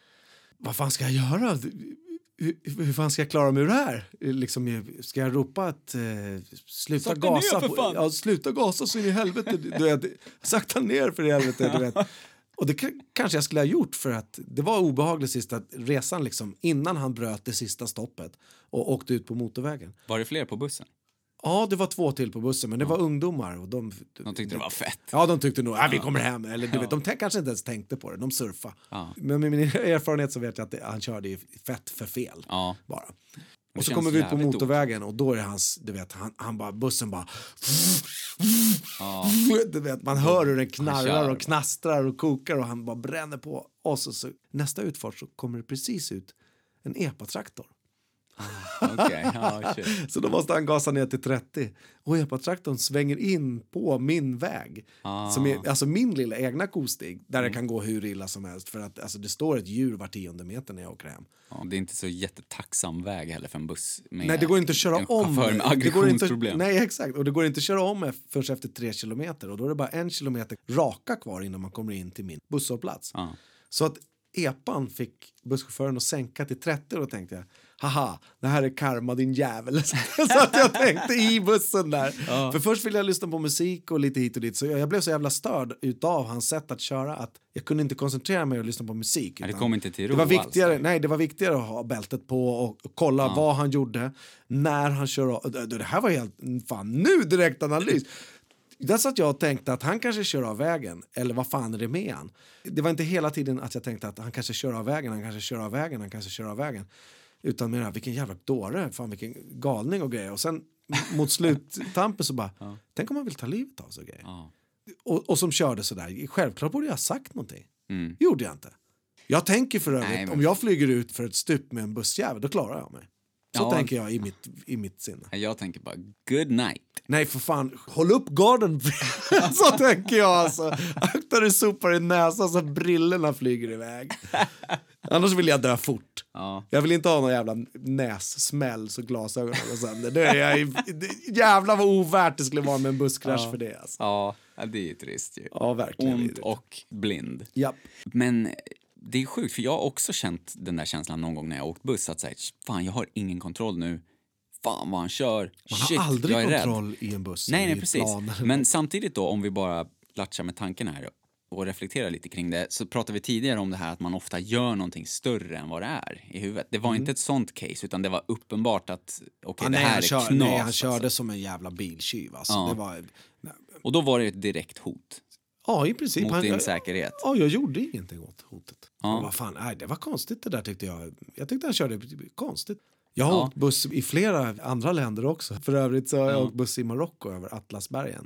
vad fan ska jag göra? Hur, hur fan ska jag klara mig ur det här? Liksom, ska jag ropa att eh, sluta Sakta gasa? ner, för fan! Ja, sluta gasa så in i helvete. Du vet, sakta ner för i helvete. Du vet. Och det k- kanske jag skulle ha gjort för att det var obehagligt sista resan liksom, innan han bröt det sista stoppet och åkte ut på motorvägen. Var det fler på bussen? Ja, det var två till på bussen, men det var ungdomar. Och de, De tyckte det var fett. Ja, de tyckte nog att vi kommer hem. Eller, du vet, de t- kanske inte ens tänkte på det, de surfade. Ja. Men med min erfarenhet så vet jag att det, han körde ju fett för fel. Ja. Bara. Det Och så känns kommer vi ut på jävligt motorvägen och då är det hans, du vet, han, han bara, bussen bara... Ja. Du vet, man hör hur den knarrar kör. och knastrar och kokar och han bara bränner på. Och så, så nästa utfart så kommer det precis ut en epatraktor. Okej, ja, shit. Så då måste han gasa ner till trettio. Och epatraktorn svänger in på min väg. Ah. Som är, alltså min lilla egna kostig. Där det kan gå hur illa som helst. För att alltså, det står ett djur var tionde meter när jag åker hem. Ja, det är inte så jättetacksam väg heller för en buss med Nej, det går inte att köra en om. chaufför med Det går inte, aggressionsproblem. nej, exakt. Och det går inte att köra om förrän efter tre kilometer. Och då är det bara en kilometer raka kvar innan man kommer in till min busshållplats. Ja. Så att epan fick busschauffören att sänka till trettio och då tänkte jag, haha, det här är karma din jävel. Så att jag tänkte i bussen där. Ja. För först ville jag lyssna på musik och lite hit och dit. Så jag, jag blev så jävla störd utav hans sätt att köra att jag kunde inte koncentrera mig och lyssna på musik. Ja, det utan kom inte till ro det var viktigare, alls. nej, det var viktigare att ha bältet på och, och kolla Ja. vad han gjorde, när han kör. Det, det här var helt, fan, nu direkt analys. Där satt jag och tänkte att han kanske kör av vägen. Eller vad fan är det med han? Det var inte hela tiden att jag tänkte att han kanske kör av vägen, han kanske kör av vägen, han kanske kör av vägen. Utan mer, vilken jävla dåre, fan vilken galning och grejer. Och sen mot sluttampen så bara, Ja. tänk om man vill ta livet av sig och grejer. Ja. Och, och som körde sådär, självklart borde jag ha sagt någonting. Mm. Gjorde jag inte. Jag tänker för övrigt, Nej, men- om jag flyger ut för ett stup med en bussjävel, då klarar jag mig. Så Ja. tänker jag i mitt, i mitt sinne. Jag tänker bara, good night. Nej, för fan, håll upp garden. Så tänker jag alltså. Akta du sopar i näsan så att brillorna flyger iväg. Annars vill jag dö fort. Ja. Jag vill inte ha någon jävla nässmäll så glasögonen går sönder. Det är jag, det, jävlar vad ovärt det skulle vara med en busskrasch Ja. för det. Alltså. Ja, det är ju trist ju. Ja, verkligen. Ont och blind. Japp. Men det är sjukt, för jag har också känt den där känslan någon gång när jag har åkt buss. Att säga, fan jag har ingen kontroll nu. Fan vad han kör. Man Shit, har aldrig jag är rädd. kontroll i en buss. Nej, eller nej, i precis. plan. Men samtidigt då, om vi bara latchar med tanken här och reflekterar lite kring det, så pratade vi tidigare om det här att man ofta gör någonting större än vad det är i huvudet. Det var Mm. inte ett sånt case, utan det var uppenbart att okej, Ja, det nej, här han är kör, knas. nej, han körde alltså. som en jävla biltjuv. Alltså. Ja. Det var, nej. Och då var det ett direkt hot Ja, i princip. mot Han, din jag, säkerhet. ja, jag gjorde ingenting åt hotet. Ja. Och vad fan, nej, det var konstigt det där tyckte jag. Jag tyckte han körde konstigt. Jag har Ja. åkt buss i flera andra länder också. För övrigt så har jag Ja. åkt buss i Marocko över Atlasbergen.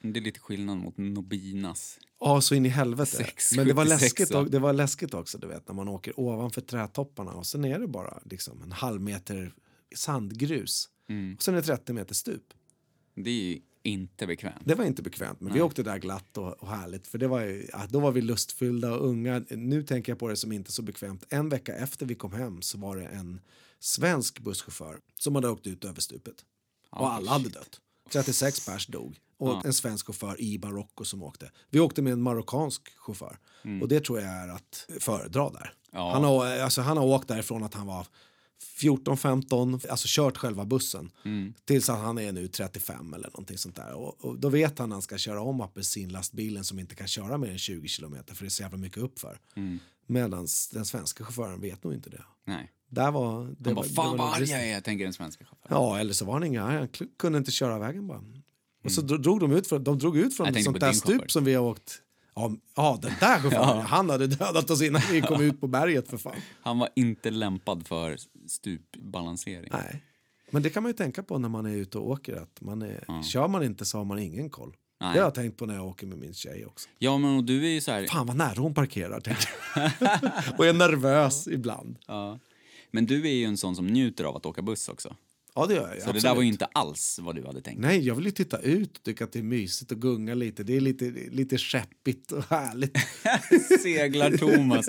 Det är lite skillnad mot Nobinas. Ja, så in i helvete. sex, Men det var, läskigt, sjuttiosex. det var läskigt också, du vet, när man åker ovanför trädtopparna och sen är det bara liksom en halv meter sandgrus. Mm. Och sen är det trettio meter stup. Det är ju inte bekvämt. Det var inte bekvämt, men Nej. vi åkte där glatt och, och härligt. För det var ju, ja, då var vi lustfyllda och unga. Nu tänker jag på det som inte så bekvämt. En vecka efter vi kom hem så var det en svensk busschaufför som hade åkt ut över stupet. Ja, och alla hade shit. dött. trettiosex pers dog. Och Ja. en svensk chaufför i Marocko som åkte. Vi åkte med en marockansk chaufför. Mm. Och det tror jag är att föredra där. Ja. Han, har, alltså, han har åkt därifrån att han var fjorton femton, alltså kört själva bussen. Mm. Tills att han är nu trettiofem eller någonting sånt där. Och, och då vet han att han ska köra om apelsinlastbilen som inte kan köra mer än tjugo kilometer för det är så jävla mycket uppför. Mm. Medan den svenska chauffören vet nog inte det. Nej. Där var, det Han var, bara, det fan var vad nog arg brist. jag är, tänker den svenska chauffören. Ja, eller så var han inga arg. Han kl- kunde inte köra vägen bara. Och så drog de ut från, de drog ut från Jag ett tänkte sånt på där din stup chaufför. som vi har åkt. Ja, ja den där chauffören, han hade dödat oss innan vi kom ut på berget för fan. Han var inte lämpad för stupbalansering. Nej. Men det kan man ju tänka på när man är ute och åker. Att man är, Ja. Kör man inte så har man ingen koll. Nej. Det har jag tänkt på när jag åker med min tjej också. Ja, men och du är ju så här... Fan vad nära hon parkerar, tänker jag. Och är nervös ibland. Ja. Men du är ju en sån som njuter av att åka buss också. Ja, det gör jag. Så absolut. det där var ju inte alls vad du hade tänkt. Nej, jag vill ju titta ut och tycka att det är mysigt och gunga lite. Det är lite, lite skeppigt och härligt. Seglar Thomas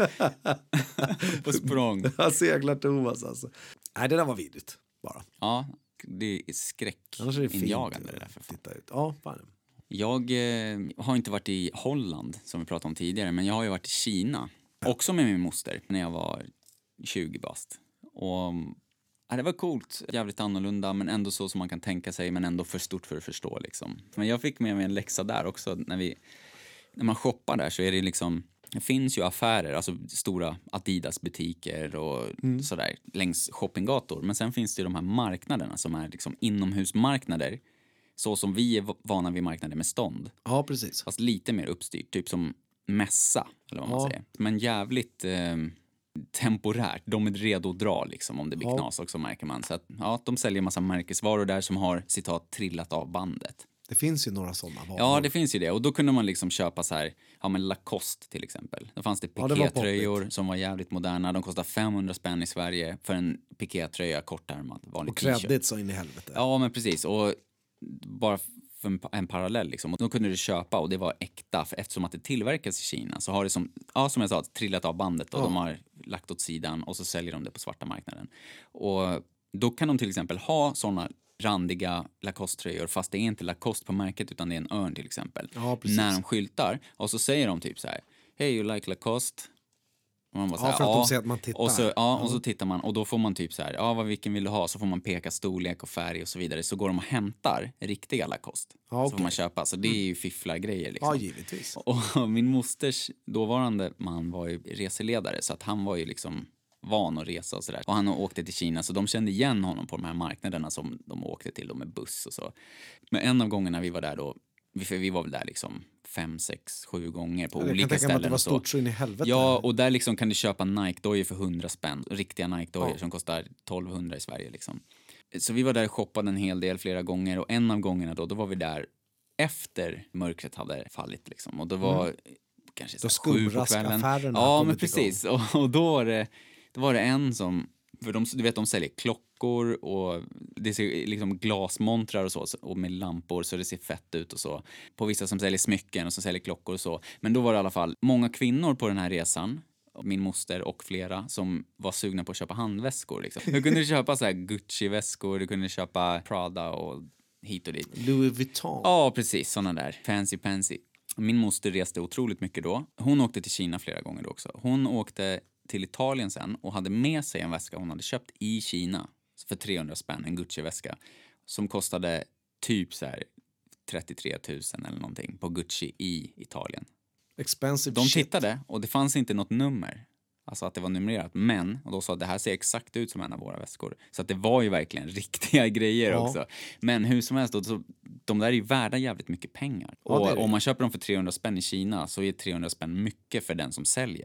på språng. Jag seglar Thomas alltså. Nej, det där var vidrigt bara. Ja, det är Annars är det fint skräckinjagande det där. att För fan. titta ut. Ja, fan. Jag eh, har inte varit i Holland som vi pratade om tidigare, men jag har ju varit i Kina. Också med min moster när jag var tjugo bast. Och ja, det var coolt, jävligt annorlunda men ändå så som man kan tänka sig men ändå för stort för att förstå liksom. Men jag fick med mig en läxa där också när vi när man shoppar där så är det liksom det finns ju affärer, alltså stora Adidas-butiker och Mm. sådär längs shoppinggator. Men sen finns det ju de här marknaderna som är liksom inomhusmarknader. Så som vi är vana vid marknader med stånd. Ja, precis. Fast lite mer uppstyrt, typ som mässa, eller vad man Ja. säger. Men jävligt eh, temporärt. De är redo att dra liksom om det blir Ja. knas också märker man. Så att, ja, de säljer massa märkesvaror där som har, citat, trillat av bandet. Det finns ju några sådana varor. Ja, det finns ju det. Och då kunde man liksom köpa så här, ja men Lacoste till exempel. Då fanns det Ja, det var pikétröjor som var jävligt moderna. De kostar femhundra spänn i Sverige för en pikétröja, kortärmad, vanlig Och t-shirt. kreddigt så in i helvete. Ja, men precis. Och bara för en, en parallell liksom. Och då kunde du köpa och det var äkta. För eftersom att det tillverkas i Kina så har det som, ja, som jag sa, trillat av bandet och Ja. de har lagt åt sidan och så säljer de det på svarta marknaden. Och då kan de till exempel ha såna randiga Lacoste-tröjor fast det är inte Lacoste på märket utan det är en örn till exempel. Ja, precis. När de skyltar och så säger de typ så här: Hey, you like Lacoste? Och man bara så Ja, här, för att de säger att man tittar. Och så, ja, och så tittar man och då får man typ så här, ja, vad, vilken vill du ha? Så får man peka storlek och färg och så vidare. Så går de och hämtar riktiga Lacoste. Ja, Så okej. får man köpa. Så det är ju fifflargrejer liksom. Ja, givetvis. Och min mosters dåvarande man var ju reseledare så att han var ju liksom van att resa och sådär. Och han åkte till Kina så de kände igen honom på de här marknaderna som de åkte till då med buss och så. Men en av gångerna vi var där då, vi, för vi var väl där liksom fem, sex, sju gånger på Jag kan olika tänka mig att det ställen var och så. stort så in i helvete. Ja, och där liksom kan du köpa Nike-dojor för hundra spänn. Riktiga Nike-dojor Ja. som kostar tolvhundra i Sverige liksom. Så vi var där och shoppade en hel del flera gånger och en av gångerna då, då var vi där efter mörkret hade fallit liksom. Och då var Mm. kanske Då så här sju på skumraskaffärerna kvällen. har Ja, kommit men precis. Och, och då var det då var det en som, för de, du vet, de säljer klockor och det ser liksom glasmontrar och så, och med lampor så det ser fett ut och så. På vissa som säljer smycken och som säljer klockor och så. Men då var det i alla fall många kvinnor på den här resan, min moster och flera, som var sugna på att köpa handväskor. Liksom. Du kunde köpa så här Gucci-väskor, du kunde köpa Prada och hit och dit. Louis Vuitton. Ja, precis. Såna där. Fancy pansy. Min moster reste otroligt mycket då. Hon åkte till Kina flera gånger då också. Hon åkte till Italien sen och hade med sig en väska hon hade köpt i Kina för trehundra spänn, en Gucci-väska som kostade typ så här trettiotre tusen eller någonting på Gucci i Italien. Expensive De shit. tittade och det fanns inte något nummer. Alltså att det var numrerat. Men, och då sa att det här ser exakt ut som en av våra väskor. Så att det var ju verkligen riktiga grejer Ja. också. Men hur som helst, då, så, de där är ju värda jävligt mycket pengar. Ja, det är och det. om man köper dem för trehundra spänn i Kina så är trehundra spänn mycket för den som säljer.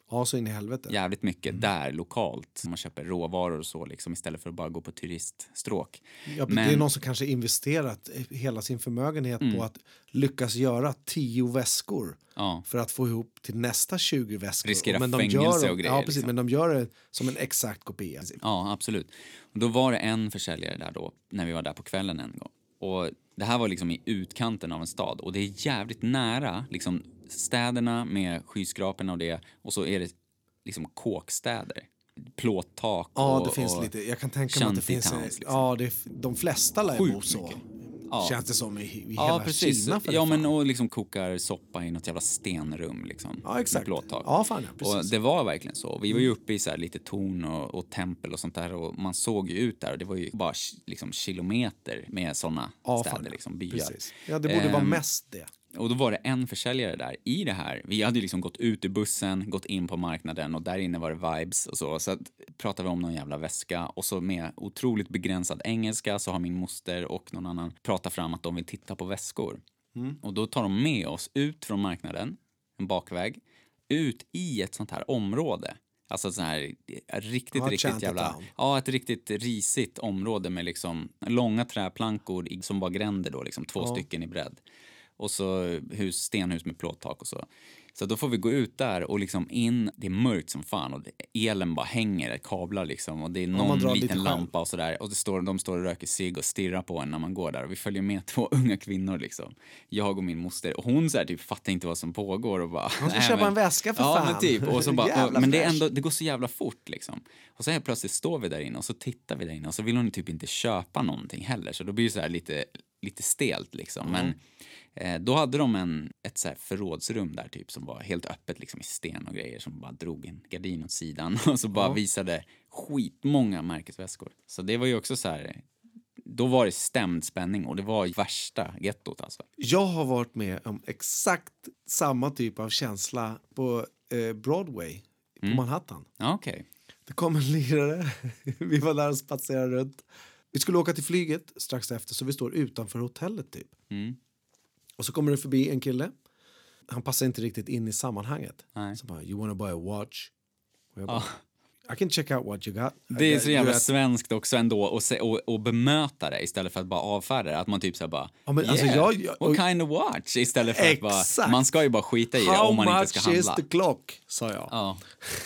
Ja, så in i helvete. Jävligt mycket mm. där lokalt. Man köper råvaror och så liksom, istället för att bara gå på turiststråk. Ja, men det är någon som kanske investerat hela sin förmögenhet mm. på att lyckas göra tio väskor ja. för att få ihop till nästa tjugo väskor. Riskera men de fängelse gör, och grejer. Ja, precis, liksom. Men de gör det som en exakt kopia. Ja, absolut. Och då var det en försäljare där då, när vi var där på kvällen en gång. Och det här var liksom i utkanten av en stad. Och det är jävligt nära liksom städerna med skyskraporna och det. Och så är det liksom kåkstäder. Plåttak och ja, det finns lite. Jag kan tänka mig att det finns towns, liksom. Ja, det är, de flesta lär bo så. Ja. Känns det som i, i hela ja, precis. Kina. För ja, men och liksom kokar soppa i något jävla stenrum liksom. Ja, exakt. Plåttak. Ja, fan, ja, precis. Och det var verkligen så. Vi var ju uppe i så här lite torn och, och tempel och sånt där och man såg ju ut där och det var ju bara liksom kilometer med såna ja, städer fan, liksom, byar. Precis. Ja, det borde ehm, vara mest det. Och då var det en försäljare där i det här. Vi hade ju liksom gått ut ur bussen, gått in på marknaden och där inne var det vibes och så. Så att, pratade vi om någon jävla väska och så med otroligt begränsad engelska så har min moster och någon annan pratat fram att de vill titta på väskor. Mm. Och då tar de med oss ut från marknaden, en bakväg, ut i ett sånt här område. Alltså ett sånt här riktigt, ja, riktigt jävla... Ja, ett riktigt risigt område med liksom långa träplankor som var gränder då, liksom två ja. stycken i bredd. Och så hus, stenhus med plåttak och så. Så då får vi gå ut där och liksom in, det är mörkt som fan och det, elen bara hänger, kablar liksom och det är någon ja, liten lampa och sådär. Och det står, de står och röker cigg och stirrar på en när man går där och vi följer med två unga kvinnor liksom. Jag och min moster och hon så här, typ fattar inte vad som pågår och bara... Hon ska köpa men, en väska för ja, fan. Men typ, och så bara, och, men det, är ändå, det går så jävla fort liksom. Och så här plötsligt står vi där inne och så tittar vi där inne och så vill hon typ inte köpa någonting heller. Så då blir det så här lite, lite stelt liksom. Mm. Men eh, då hade de en, ett så här förrådsrum där typ som var helt öppet liksom i sten och grejer som bara drog en gardin åt sidan och så bara mm. visade skitmånga märkesväskor. Så det var ju också så här, då var det stämd spänning och det var värsta gettot alltså. Jag har varit med om exakt samma typ av känsla på eh, Broadway på mm. Manhattan. Okej. Okay. Det kom en lirare. Vi var där och spatserade runt. Vi skulle åka till flyget strax efter så vi står utanför hotellet typ. Mm. Och så kommer det förbi en kille. Han passar inte riktigt in i sammanhanget. Nej. Så bara, you wanna buy a watch? Och jag bara, ah. I can check out what you got. Det är så jävla svenskt också ändå och, se, och, och bemöta det istället för att bara avfärda det. Att man typ så bara, ja, men yeah, alltså jag, jag, what kind of watch? Istället för exakt. Att bara, man ska ju bara skita i det om man inte ska handla. How much is the clock? Sa jag. Ja.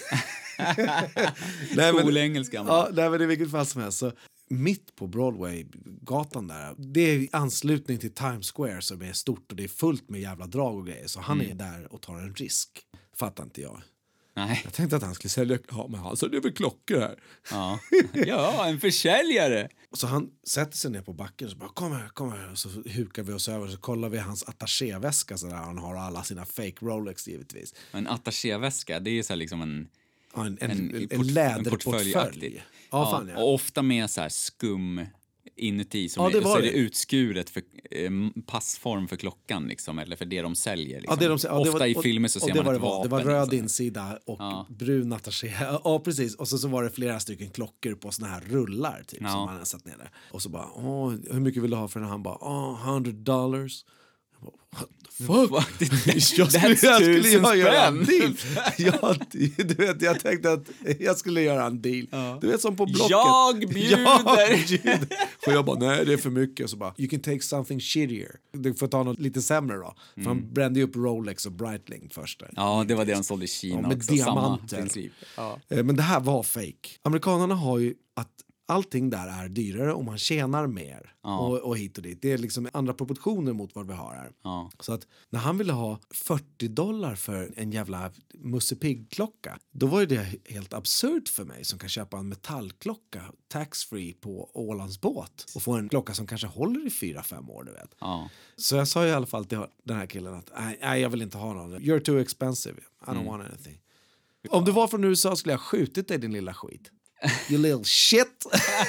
Skolengelskan. Ja, nej, men det är vilket fall som helst. Så mitt på Broadway-gatan där, det är i anslutning till Times Square som är stort och det är fullt med jävla drag och grejer. Så han mm. är där och tar en risk. Fattar inte jag. Nej. Jag tänkte att han skulle sälja, ja men han så det är väl klockor här. Ja, ja en försäljare. Så han sätter sig ner på backen och så bara, kom här, kom här. Och så hukar vi oss över och så kollar vi hans attachéväska så där han har alla sina fake Rolex givetvis. En attachéväska, det är så här liksom en... Ja, en, en, en, en, en läderportfölj. Ja, ja, fan, ja. Och ofta med så här skum inuti som ja, det är, så är det utskuret för eh, passform för klockan liksom, eller för det de säljer liksom. Ja, det de, ja, ofta var, i filmer så ser man var ett vapen. Det var röd liksom. Insida och ja. brun attaché. Ja, precis. Och så, så var det flera stycken klockor på såna här rullar typ, ja. som man hade satt ner där. Och så bara, åh, hur mycket vill du ha för den? Han bara, åh, hundred dollars. What the fuck? jag skulle, jag skulle göra en deal. jag, du vet, jag tänkte att jag skulle göra en deal. Ja. Du vet som på Blocket. Jag bjuder! Jag bjuder. Och jag bara, nej det är för mycket. Och så bara, you can take something shittier. Du får ta något lite sämre då. För mm. han brände upp Rolex och Breitling först. Där. Ja, det var det han sålde i Kina ja, med också. Diamanter. Samma princip. Ja. Men det här var fake. Amerikanerna har ju att allting där är dyrare och man tjänar mer. Ja. Och, och hit och dit. Det är liksom andra proportioner mot vad vi har här. Ja. Så att när han ville ha fyrtio dollar för en jävla Musse Pigg-klocka, då var ju det helt absurt för mig som kan köpa en metallklocka tax-free på Ålands båt och få en klocka som kanske håller i fyra, fem år, du vet. Ja. Så jag sa i alla fall till den här killen att nej, jag vill inte ha någon. You're too expensive. I don't mm. want anything. Om du var från U S A skulle jag skjutit dig, din lilla skit. You little shit.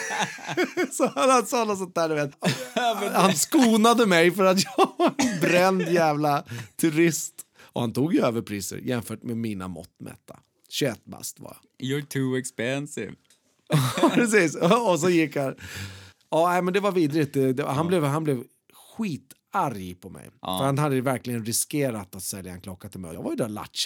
Så han sa något sånt där, du vet. Han skonade mig för att jag var en bränd jävla turist. Och han tog ju överpriser jämfört med mina mått mätta. tjugoett bast var jag. You're too expensive. Precis. Och så gick han. Ja, men det var vidrigt. Det, han, ja. blev, han blev skitarg på mig. Ja. För han hade verkligen riskerat att sälja en klocka till mig. Jag var ju där latcha.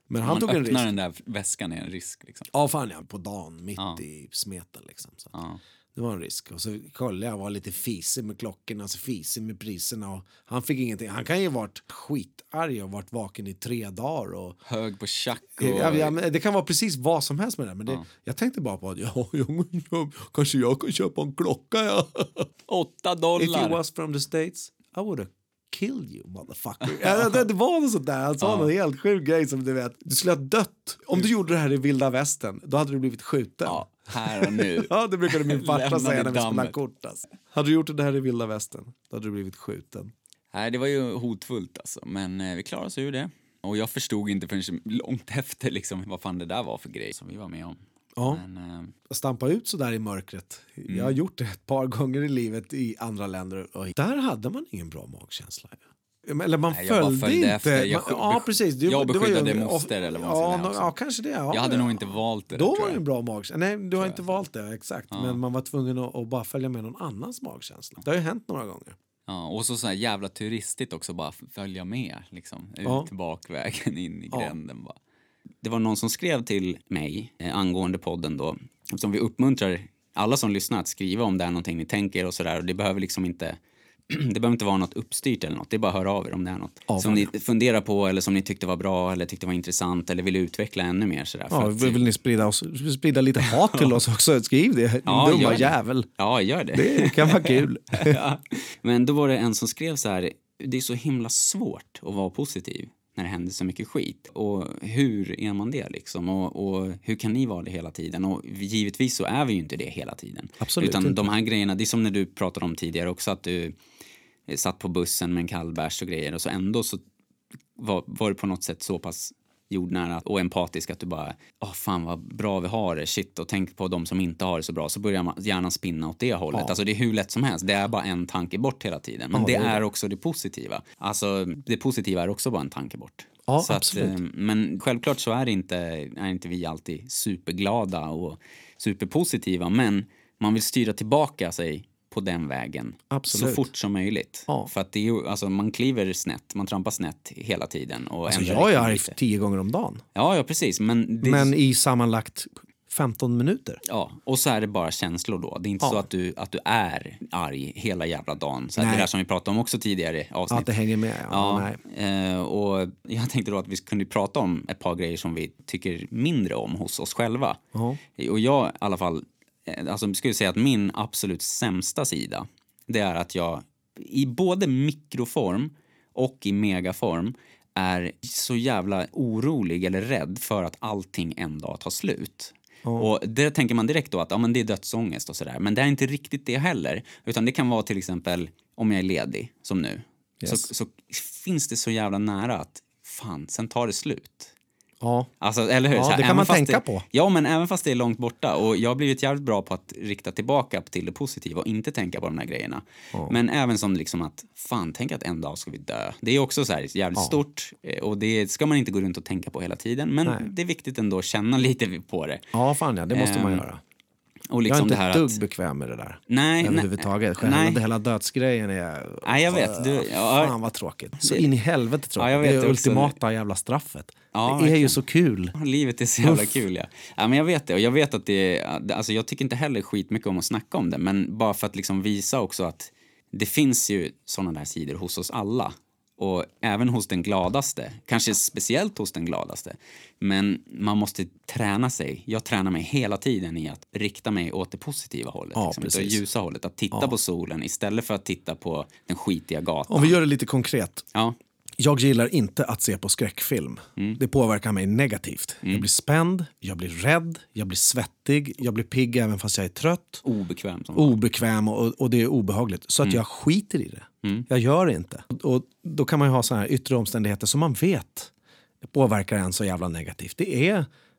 Men han man tog en risk. öppnar den där väskan är en risk. Liksom. Ja, fan ja, på dagen, mitt Ja. i smeten liksom. Så. Ja. Det var en risk. Och så kollade jag, var lite fisig med klockorna, alltså fisig med priserna. Och han fick ingenting. Han kan ju varit skitarg och varit vaken i tre dagar. Och... Hög på tjack. Och... Ja, ja, men det kan vara precis vad som helst med det. Men det, Ja. jag tänkte bara på att ja, jag, jag, kanske jag kan köpa en klocka. Ja. Åtta dollar. If you was from the States, I would have killed you, motherfucker. ja, det, det var något sånt där. Han sa ja. någon helt sjuk grej som du vet. Du skulle ha dött. Om du gjorde det här i vilda västern, då hade du blivit skjuten. Ja, här och nu. ja, det brukade min farsa säga när vi dammet. spelade kort. Alltså. Hade du gjort det här i vilda västern, då hade du blivit skjuten. Nej, det var ju hotfullt alltså. Men eh, vi klarade oss ur det. Och jag förstod inte förrän långt efter liksom, vad fan det där var för grej som vi var med om. Ja, men, eh... stampa ut så där i mörkret. Mm. Jag har gjort det ett par gånger i livet i andra länder. Och där hade man ingen bra magkänsla. Eller man Nej, följde, följde inte. Efter. Jag, man, ja, precis. Det, jag beskyddade det var ju, moster eller vad man ja, ska no, säga. ja, kanske det. Ja, jag hade ja. nog inte valt det. Då där, var det en bra magkänsla. Nej, du har inte valt det, exakt. Ja. Men man var tvungen att, att bara följa med någon annans magkänsla. Det har ju hänt några gånger. Ja, och så så här jävla turistigt också, bara följa med liksom, ut Ja. bakvägen in i Ja. gränden bara. Det var någon som skrev till mig eh, angående podden då, som vi uppmuntrar alla som lyssnar att skriva om det är någonting ni tänker och sådär, och det behöver liksom inte det behöver inte vara något uppstyrt eller något, det är bara att höra av er om det är något Ja, som ni funderar på eller som ni tyckte var bra eller tyckte var intressant eller vill utveckla ännu mer sådär. Ja, för att, vill ni sprida, oss, sprida lite hat till oss också? Skriv det, Ja, dumma gör det. jävel. Ja, gör det. Det kan vara kul. Ja. Men då var det en som skrev så här: det är så himla svårt att vara positiv när det händer så mycket skit. Och hur är man det liksom? Och, och hur kan ni vara det hela tiden? Och givetvis så är vi ju inte det hela tiden. Absolut Utan inte. de här grejerna, det är som när du pratade om tidigare också, att du satt på bussen med en kallbärs och grejer och så ändå så var, var du på något sätt så pass jordnära och empatisk att du bara, åh fan vad bra vi har det, shit, och tänk på de som inte har det så bra, så börjar man gärna spinna åt det hållet. Ja. Alltså det är hur lätt som helst, det är bara en tanke bort hela tiden. Men Ja, det, det är är det. också det positiva. Alltså det positiva är också bara en tanke bort. Ja, så absolut. Att, eh, men självklart så är det inte, är inte vi alltid superglada och superpositiva, men man vill styra tillbaka sig på den vägen Absolut. så fort som möjligt. Ja. För att det är ju, alltså man kliver snett, man trampar snett hela tiden. Och Alltså, ändrar jag är riktning arg lite. tio gånger om dagen. Ja, ja, precis. Men, det, Men i sammanlagt femton minuter. ja, och så är det bara känslor då. Det är inte Ja. så att du, att du är arg hela jävla dagen. Så att det Nej. där som vi pratade om också tidigare i avsnitt. Att det hänger med. Ja, Ja, nej. eh, och jag tänkte då att vi kunde prata om ett par grejer som vi tycker mindre om hos oss själva. Ja. Och jag i alla fall, eh, alltså skulle säga att min absolut sämsta sida, det är att jag i både mikroform och i megaform är så jävla orolig eller rädd för att allting en dag tar slut. Ja. Och det tänker man direkt då att ja, men det är dödsångest och sådär. Men det är inte riktigt det heller. Utan det kan vara till exempel om jag är ledig, som nu. Yes. Så, så finns det så jävla nära att fan, sen tar det slut. Ja. Alltså, eller hur? Ja, Så här, det kan även man fast tänka det, på. Ja, men även fast det är långt borta. Och jag har blivit jävligt bra på att rikta tillbaka till det positiva och inte tänka på de här grejerna. Ja. Men även som liksom att, fan, tänk att en dag ska vi dö. Det är också så här jävligt Ja. stort. eh, Och det ska man inte gå runt och tänka på hela tiden. Men Nej. det är viktigt ändå att känna lite på det. Ja, fan ja, det måste man Ehm, göra. Och Jag liksom är inte det här ett dugg att... bekväm med det där. Nej, Överhuvudtaget. nej, Själva nej. hela dödsgrejen är... Nej, jag vet. Du, ja, Fan vad tråkigt. Så Det- in i helvete tråkigt. Ja, jag vet det är också. ultimata jävla straffet. Ja, det är ju verkligen. så kul. livet är så jävla Uff. kul, ja. Ja, men jag vet det. Och jag vet att det är, alltså jag tycker inte heller skitmycket om att snacka om det. Men bara för att liksom visa också att det finns ju sådana där sidor hos oss alla. Och även hos den gladaste. Kanske speciellt hos den gladaste. Men man måste träna sig. Jag tränar mig hela tiden i att rikta mig åt det positiva hållet. Ja, liksom, det precis. ljusa hållet. Att titta Ja. på solen istället för att titta på den skitiga gatan. Om vi gör det lite konkret. Ja, Jag gillar inte att se på skräckfilm. Mm. Det påverkar mig negativt. Jag blir spänd, jag blir rädd, jag blir svettig, jag blir pigg även fast jag är trött. obekväm som Obekväm och, och det är obehagligt. Så att Mm. jag skiter i det. Jag gör det inte. Och då kan man ju ha såna här yttre omständigheter som man vet påverkar en så jävla negativt. Det är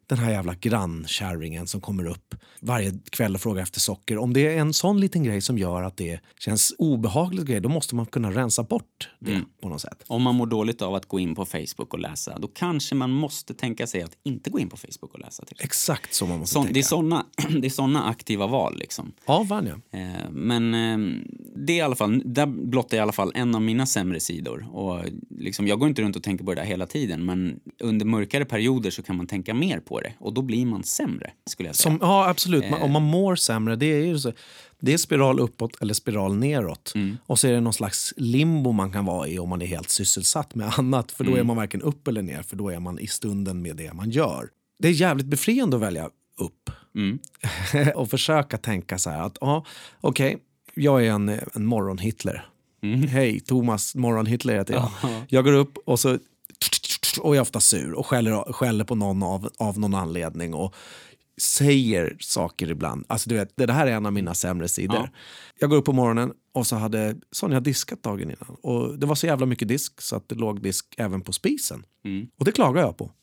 den här jävla grannkärringen som kommer upp varje kväll och frågar efter socker. Om det är en sån liten grej som gör att det känns obehagligt grej, då måste man kunna rensa bort det mm. på något sätt. Om man mår dåligt av att gå in på Facebook och läsa, då kanske man måste tänka sig att inte gå in på Facebook och läsa. Till. Exakt så man måste så, tänka. Det är såna, det är såna aktiva val liksom. Ja, van ja. Eh, men eh, det är i alla fall, där blottar i alla fall en av mina sämre sidor. Och liksom, jag går inte runt och tänker på det där hela tiden, men under mörkare perioder så kan man tänka mer på det. Och då blir man sämre, skulle jag säga. Som, ja, absolut. Eh. Om man mår sämre, det är ju så. Det är spiral uppåt eller spiral neråt. Mm. Och så är det någon slags limbo man kan vara i om man är helt sysselsatt med annat. För då mm. är man varken upp eller ner, för då är man i stunden med det man gör. Det är jävligt befriande att välja upp. Mm. Och försöka tänka så här att, ja, okej, okay, jag är en, en morgon-Hitler. Mm. Hej, Thomas morgon-Hitler heter jag. Uh-huh. Jag går upp och så och jag är ofta sur och skäller, skäller på någon av, av någon anledning och säger saker ibland. Alltså du vet, det här är en av mina sämre sidor. Ja. Jag går upp på morgonen och så hade Sonja diskat dagen innan. Och det var så jävla mycket disk så att det låg disk även på spisen. Mm. Och det klagar jag på.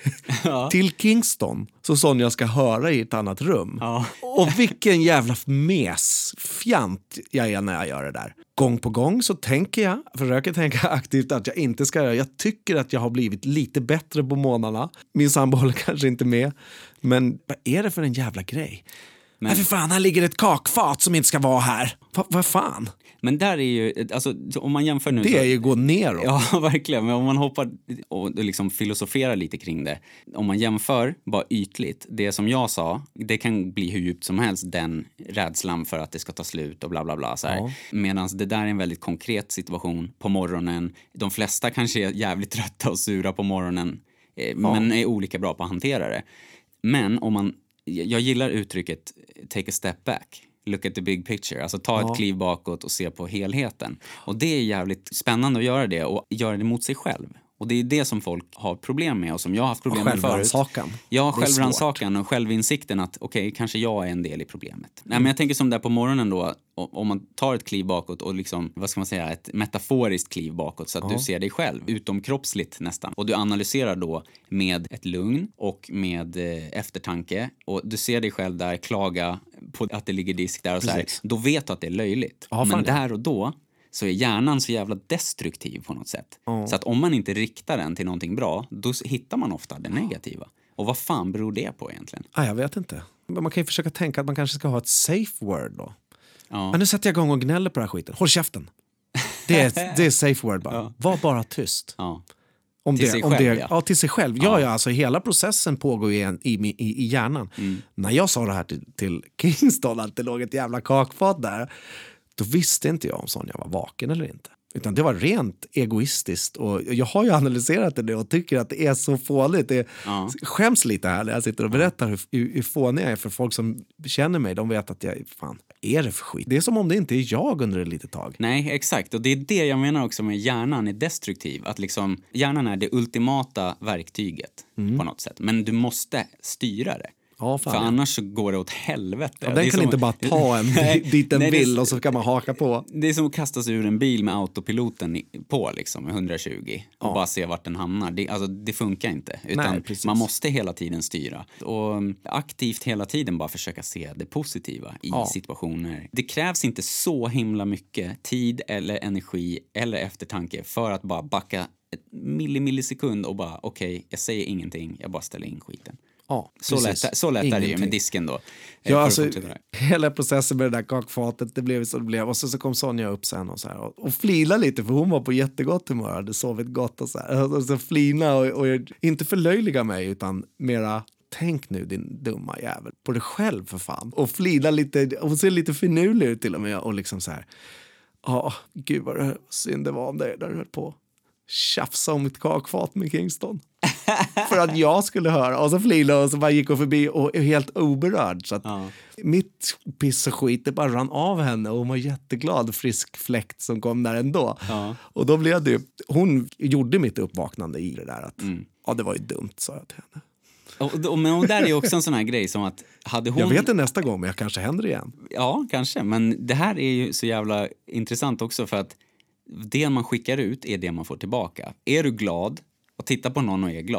Ja. Till Kingston så Sonja ska höra i ett annat rum. Ja. Och vilken jävla mes, fjant jag är när jag gör det där. Gång på gång så tänker jag, försöker tänka aktivt att jag inte ska göra. Jag tycker att jag har blivit lite bättre på månaderna. Min sambo håller kanske inte med. Men vad är det för en jävla grej? Men Nej, för fan, här ligger ett kakfat som inte ska vara här. Va, vad fan? Men där är ju, alltså om man jämför nu... Det så, är ju gå neråt. Ja, verkligen. Men om man hoppar och liksom filosoferar lite kring det. Om man jämför bara ytligt, det som jag sa, det kan bli hur djupt som helst, den rädslan för att det ska ta slut och bla bla bla. Så här. Ja. Medan det där är en väldigt konkret situation på morgonen. De flesta kanske är jävligt trötta och sura på morgonen, eh, ja. men är olika bra på att hantera det. Men om man... Jag gillar uttrycket take a step back. Look at the big picture. Alltså ta ja. ett kliv bakåt och se på helheten. Och det är jävligt spännande att göra det och göra det mot sig själv. Och det är det som folk har problem med och som jag har haft problem med förut. Självrannsakan. Ja, självrannsakan och självinsikten att okej, okay, kanske jag är en del i problemet. Mm. Nej, men jag tänker som där på morgonen då, om man tar ett kliv bakåt och liksom, vad ska man säga, ett metaforiskt kliv bakåt så att ja. du ser dig själv, utomkroppsligt nästan. Och du analyserar då med ett lugn och med eh, eftertanke och du ser dig själv där klaga på att det ligger disk där och Precis. så här. Då vet du att det är löjligt. Ja, men där och då så är hjärnan så jävla destruktiv på något sätt. Oh. Så att om man inte riktar den till någonting bra, då hittar man ofta det negativa. Och vad fan beror det på egentligen? Ah, jag vet inte. Men man kan ju försöka tänka att man kanske ska ha ett safe word då. Ja. Men nu sätter jag igång och gnäller på den här skiten. Håll käften. Det är, det är safe word bara. Ja. Var bara tyst. Ja. Om till det, sig om själv, det, ja. ja. till sig själv. Ja, ja, ja alltså hela processen pågår ju i, i, i, i hjärnan. Mm. När jag sa det här till, till Kingston att det låg ett jävla kakfat där, då visste inte jag om Sonja var vaken eller inte. Utan det var rent egoistiskt. Och jag har ju analyserat det nu och tycker att det är så fånigt. Det ja. skäms lite här när jag sitter och berättar hur, hur fånig jag är för folk som känner mig. De vet att jag, fan, är det för skit? Det är som om det inte är jag under ett litet tag. Nej, exakt. Och det är det jag menar också med hjärnan är destruktiv. Att liksom, hjärnan är det ultimata verktyget mm. på något sätt. Men du måste styra det. Ja, fan, för ja. annars så går det åt helvete. Ja, den kan som... inte bara ta en dit den nej, vill och så kan man haka på. Det är som att kasta sig ur en bil med autopiloten på liksom med hundratjugo och ja. bara se vart den hamnar. Det, alltså, det funkar inte. Utan nej, man måste hela tiden styra. Och aktivt hela tiden bara försöka se det positiva i ja. situationer. Det krävs inte så himla mycket tid eller energi eller eftertanke för att bara backa ett millimillisekund och bara okej, okay, jag säger ingenting, jag bara ställer in skiten. Ja, så lätt, så lätt är det ju med disken då. Ja, alltså, hela processen med det där kakfatet, det blev så det blev. Och så, så kom Sonja upp sen och, så här, och, och flina lite, för hon var på jättegott humör, hade sovit gott och så här. Och så flina och, och inte förlöjliga mig, utan mera, tänk nu din dumma jävel på dig själv för fan. Och flina lite, och ser lite finurlig ut till och med. Och liksom så här, ja, gud vad synd det var om dig där du höll på. Tjafsa om ett kakfat med Kingston. För att jag skulle höra. Och så flina och så bara gick och förbi och är helt oberörd. Så att ja. mitt piss och skit, det bara rann av henne. Och hon var jätteglad, frisk fläkt som kom där ändå. Ja. Och då blev det, hon gjorde mitt uppvaknande i det där. Att, mm. ja, det var ju dumt, sa jag till henne. Och, och, men och där är ju också en sån här grej som att hade hon... Jag vet det nästa gång, men jag kanske händer igen. Ja, kanske. Men det här är ju så jävla intressant också för att det man skickar ut är det man får tillbaka. Är du glad och tittar på någon och är glad,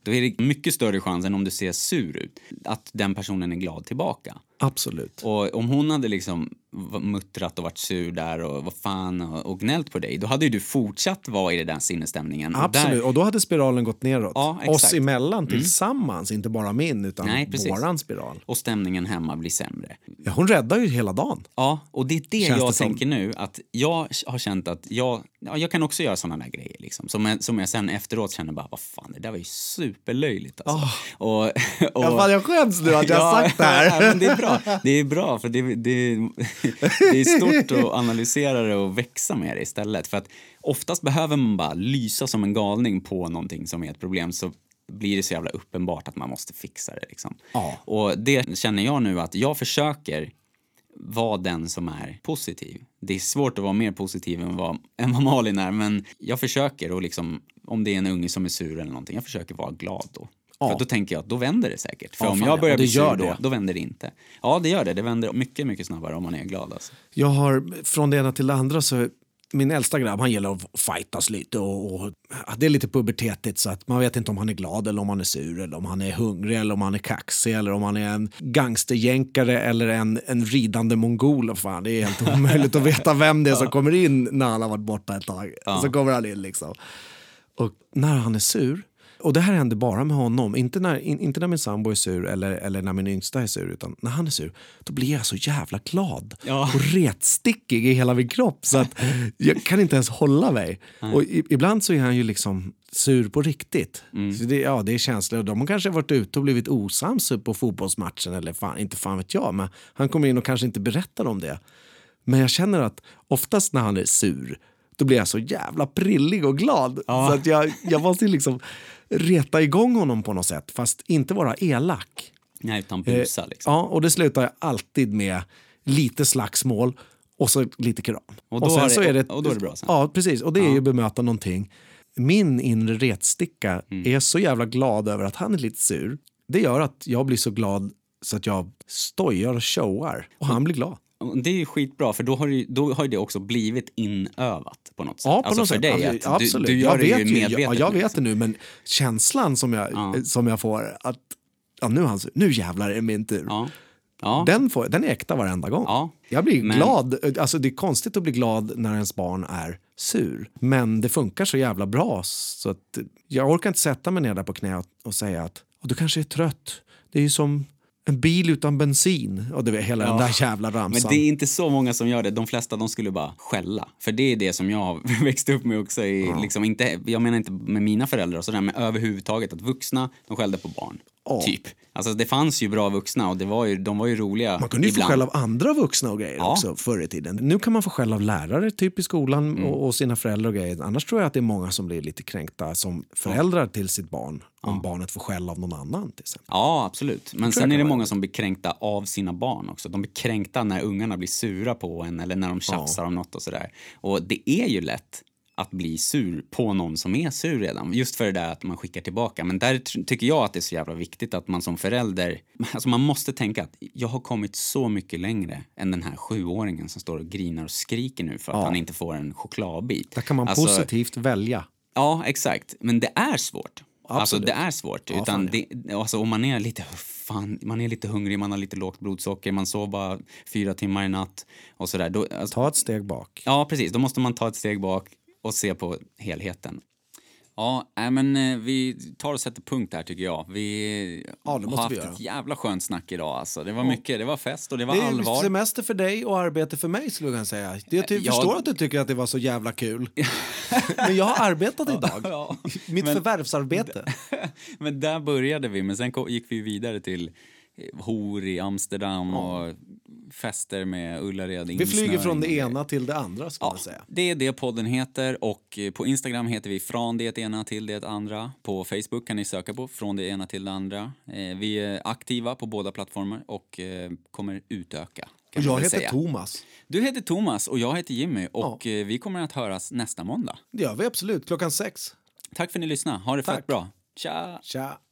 då är det mycket större chans än om du ser sur ut att den personen är glad tillbaka. Absolut. Och om hon hade liksom muttrat och varit sur där och vad fan och, och gnällt på dig, då hade ju du fortsatt vara i den där sinnesstämningen. Absolut, och, där... och då hade spiralen gått neråt. Ja, oss emellan tillsammans, mm. inte bara min utan Nej, våran spiral. Och stämningen hemma blir sämre. Ja, hon räddar ju hela dagen. Ja, och det är det Känns jag det som... tänker nu, att jag har känt att jag, ja, jag kan också göra sådana där grejer liksom, som, jag, som jag sen efteråt känner bara, vad fan, det där var ju superlöjligt alltså. Oh. Och, och... Ja, fan, jag skäms nu att jag har sagt det här. Ja, men det är bra, det är bra för det, det, det är stort att analysera det och växa med det istället. För att oftast behöver man bara lysa som en galning på någonting som är ett problem, så blir det så jävla uppenbart att man måste fixa det liksom. Ja. Och det känner jag nu att jag försöker vara den som är positiv. Det är svårt att vara mer positiv än vad, än vad Malin är, men jag försöker, och liksom, om det är en unge som är sur eller någonting, jag försöker vara glad då. Ja. För då tänker jag att då vänder det säkert. För ja, om jag börjar bli sur då, då vänder det inte. Ja, det gör det. Det vänder mycket, mycket snabbare om man är glad. Alltså. Jag har, från det ena till det andra, så min äldsta grabb, han gillar att fightas lite. Och, och, det är lite pubertetigt, så att man vet inte om han är glad eller om han är sur, eller om han är hungrig eller om han är kaxig, eller om han är en gangsterjänkare eller en, en ridande mongol. Fan, det är helt omöjligt att veta vem det är som kommer in när han har varit borta ett tag. Ja. Så kommer han in liksom. Och när han är sur, och det här händer bara med honom, inte när, in, inte när min sambo är sur eller, eller när min yngsta är sur, utan när han är sur, då blir jag så jävla glad ja. och retstickig i hela min kropp, så att jag kan inte ens hålla mig. Mm. Och i, ibland så är han ju liksom sur på riktigt. Mm. Så det, ja, det är känslor. De har kanske varit ute och blivit osams på fotbollsmatchen, eller fan, inte fan vet jag, men han kommer in och kanske inte berättar om det. Men jag känner att oftast när han är sur, då blir jag så jävla prillig och glad. Ja. Så att jag, jag måste liksom reta igång honom på något sätt, fast inte vara elak. Nej, utan busa liksom. Ja, och det slutar jag alltid med lite slagsmål och så lite kram. Och då, och sen är, det, så är det, och då är det bra sen. Ja, precis. Och det är ja. ju bemöta någonting. Min inre retsticka mm. är så jävla glad över att han är lite sur. Det gör att jag blir så glad så att jag stojar och showar. Och han blir glad. Det är ju skitbra, för då har, det, då har det också blivit inövat på något sätt. Ja, på alltså något för sätt. dig, alltså, att absolut. Du, du gör jag det vet ju medvetet. Ja, jag vet liksom. det nu, men känslan som jag, ja. som jag får att ja, nu, han, nu jävlar är det min tur. Ja. Ja. Den, får, den är äkta varenda gång. Ja. Jag blir men... glad. Alltså, det är konstigt att bli glad när ens barn är sur. Men det funkar så jävla bra. Så att jag orkar inte sätta mig ner där på knä och, och säga att du kanske är trött. Det är ju som en bil utan bensin. Och det är hela ja. den där jävla ramsan. Men det är inte så många som gör det. De flesta, de skulle bara skälla. För det är det som jag har växt upp med också. I, ja. liksom inte, jag menar inte med mina föräldrar och sådär, men överhuvudtaget att vuxna, de skällde på barn. Ja. Typ. Alltså det fanns ju bra vuxna och det var ju, de var ju roliga. Man kunde ju ibland. få skäll av andra vuxna och grejer ja. också förr i tiden. Nu kan man få skäll av lärare typ i skolan mm. och, och sina föräldrar och grejer. Annars tror jag att det är många som blir lite kränkta som föräldrar ja. till sitt barn. Om ja. barnet får skäll av någon annan till exempel. Ja, absolut. Men sen är det många som blir kränkta av sina barn också. De blir kränkta när ungarna blir sura på en eller när de tjafsar ja. om något och sådär. Och det är ju lätt att bli sur på någon som är sur redan. Just för det där att man skickar tillbaka. Men där t- tycker jag att det är så jävla viktigt att man som förälder, alltså man måste tänka att jag har kommit så mycket längre än den här sjuåringen som står och grinar och skriker nu för att ja. han inte får en chokladbit. Där kan man alltså, positivt välja. Ja, exakt. Men det är svårt. Absolut. Alltså det är svårt. Ja, utan det, alltså, om man är lite fan, man är lite hungrig, man har lite lågt blodsocker, man sover bara fyra timmar i natt och sådär. Då, alltså, ta ett steg bak. Ja, precis. Då måste man ta ett steg bak och se på helheten. Ja, äh, men vi tar och sätter punkt här tycker jag. Vi ja, det måste har haft vi göra. ett jävla skönt snack idag alltså. Det var mycket, det var fest och det var det är allvar. Semester för dig och arbete för mig skulle jag säga. Jag ty- ja. förstår att du tycker att det var så jävla kul. Men jag har arbetat idag. Ja, Mitt men, förvärvsarbete. Men där började vi, men sen gick vi vidare till hor i Amsterdam ja. och fester med Ullared. Vi flyger från det ena till det andra ska ja, man säga. Det är det podden heter och på Instagram heter vi från det ena till det andra. På Facebook kan ni söka på från det ena till det andra. Vi är aktiva på båda plattformar och kommer utöka. Och jag heter säga. Thomas. Du heter Thomas och jag heter Jimmy och ja. vi kommer att höras nästa måndag. Det gör vi absolut, klockan sex. Tack för att ni lyssnade. Ha det Tack. fett bra. Tja! Tja!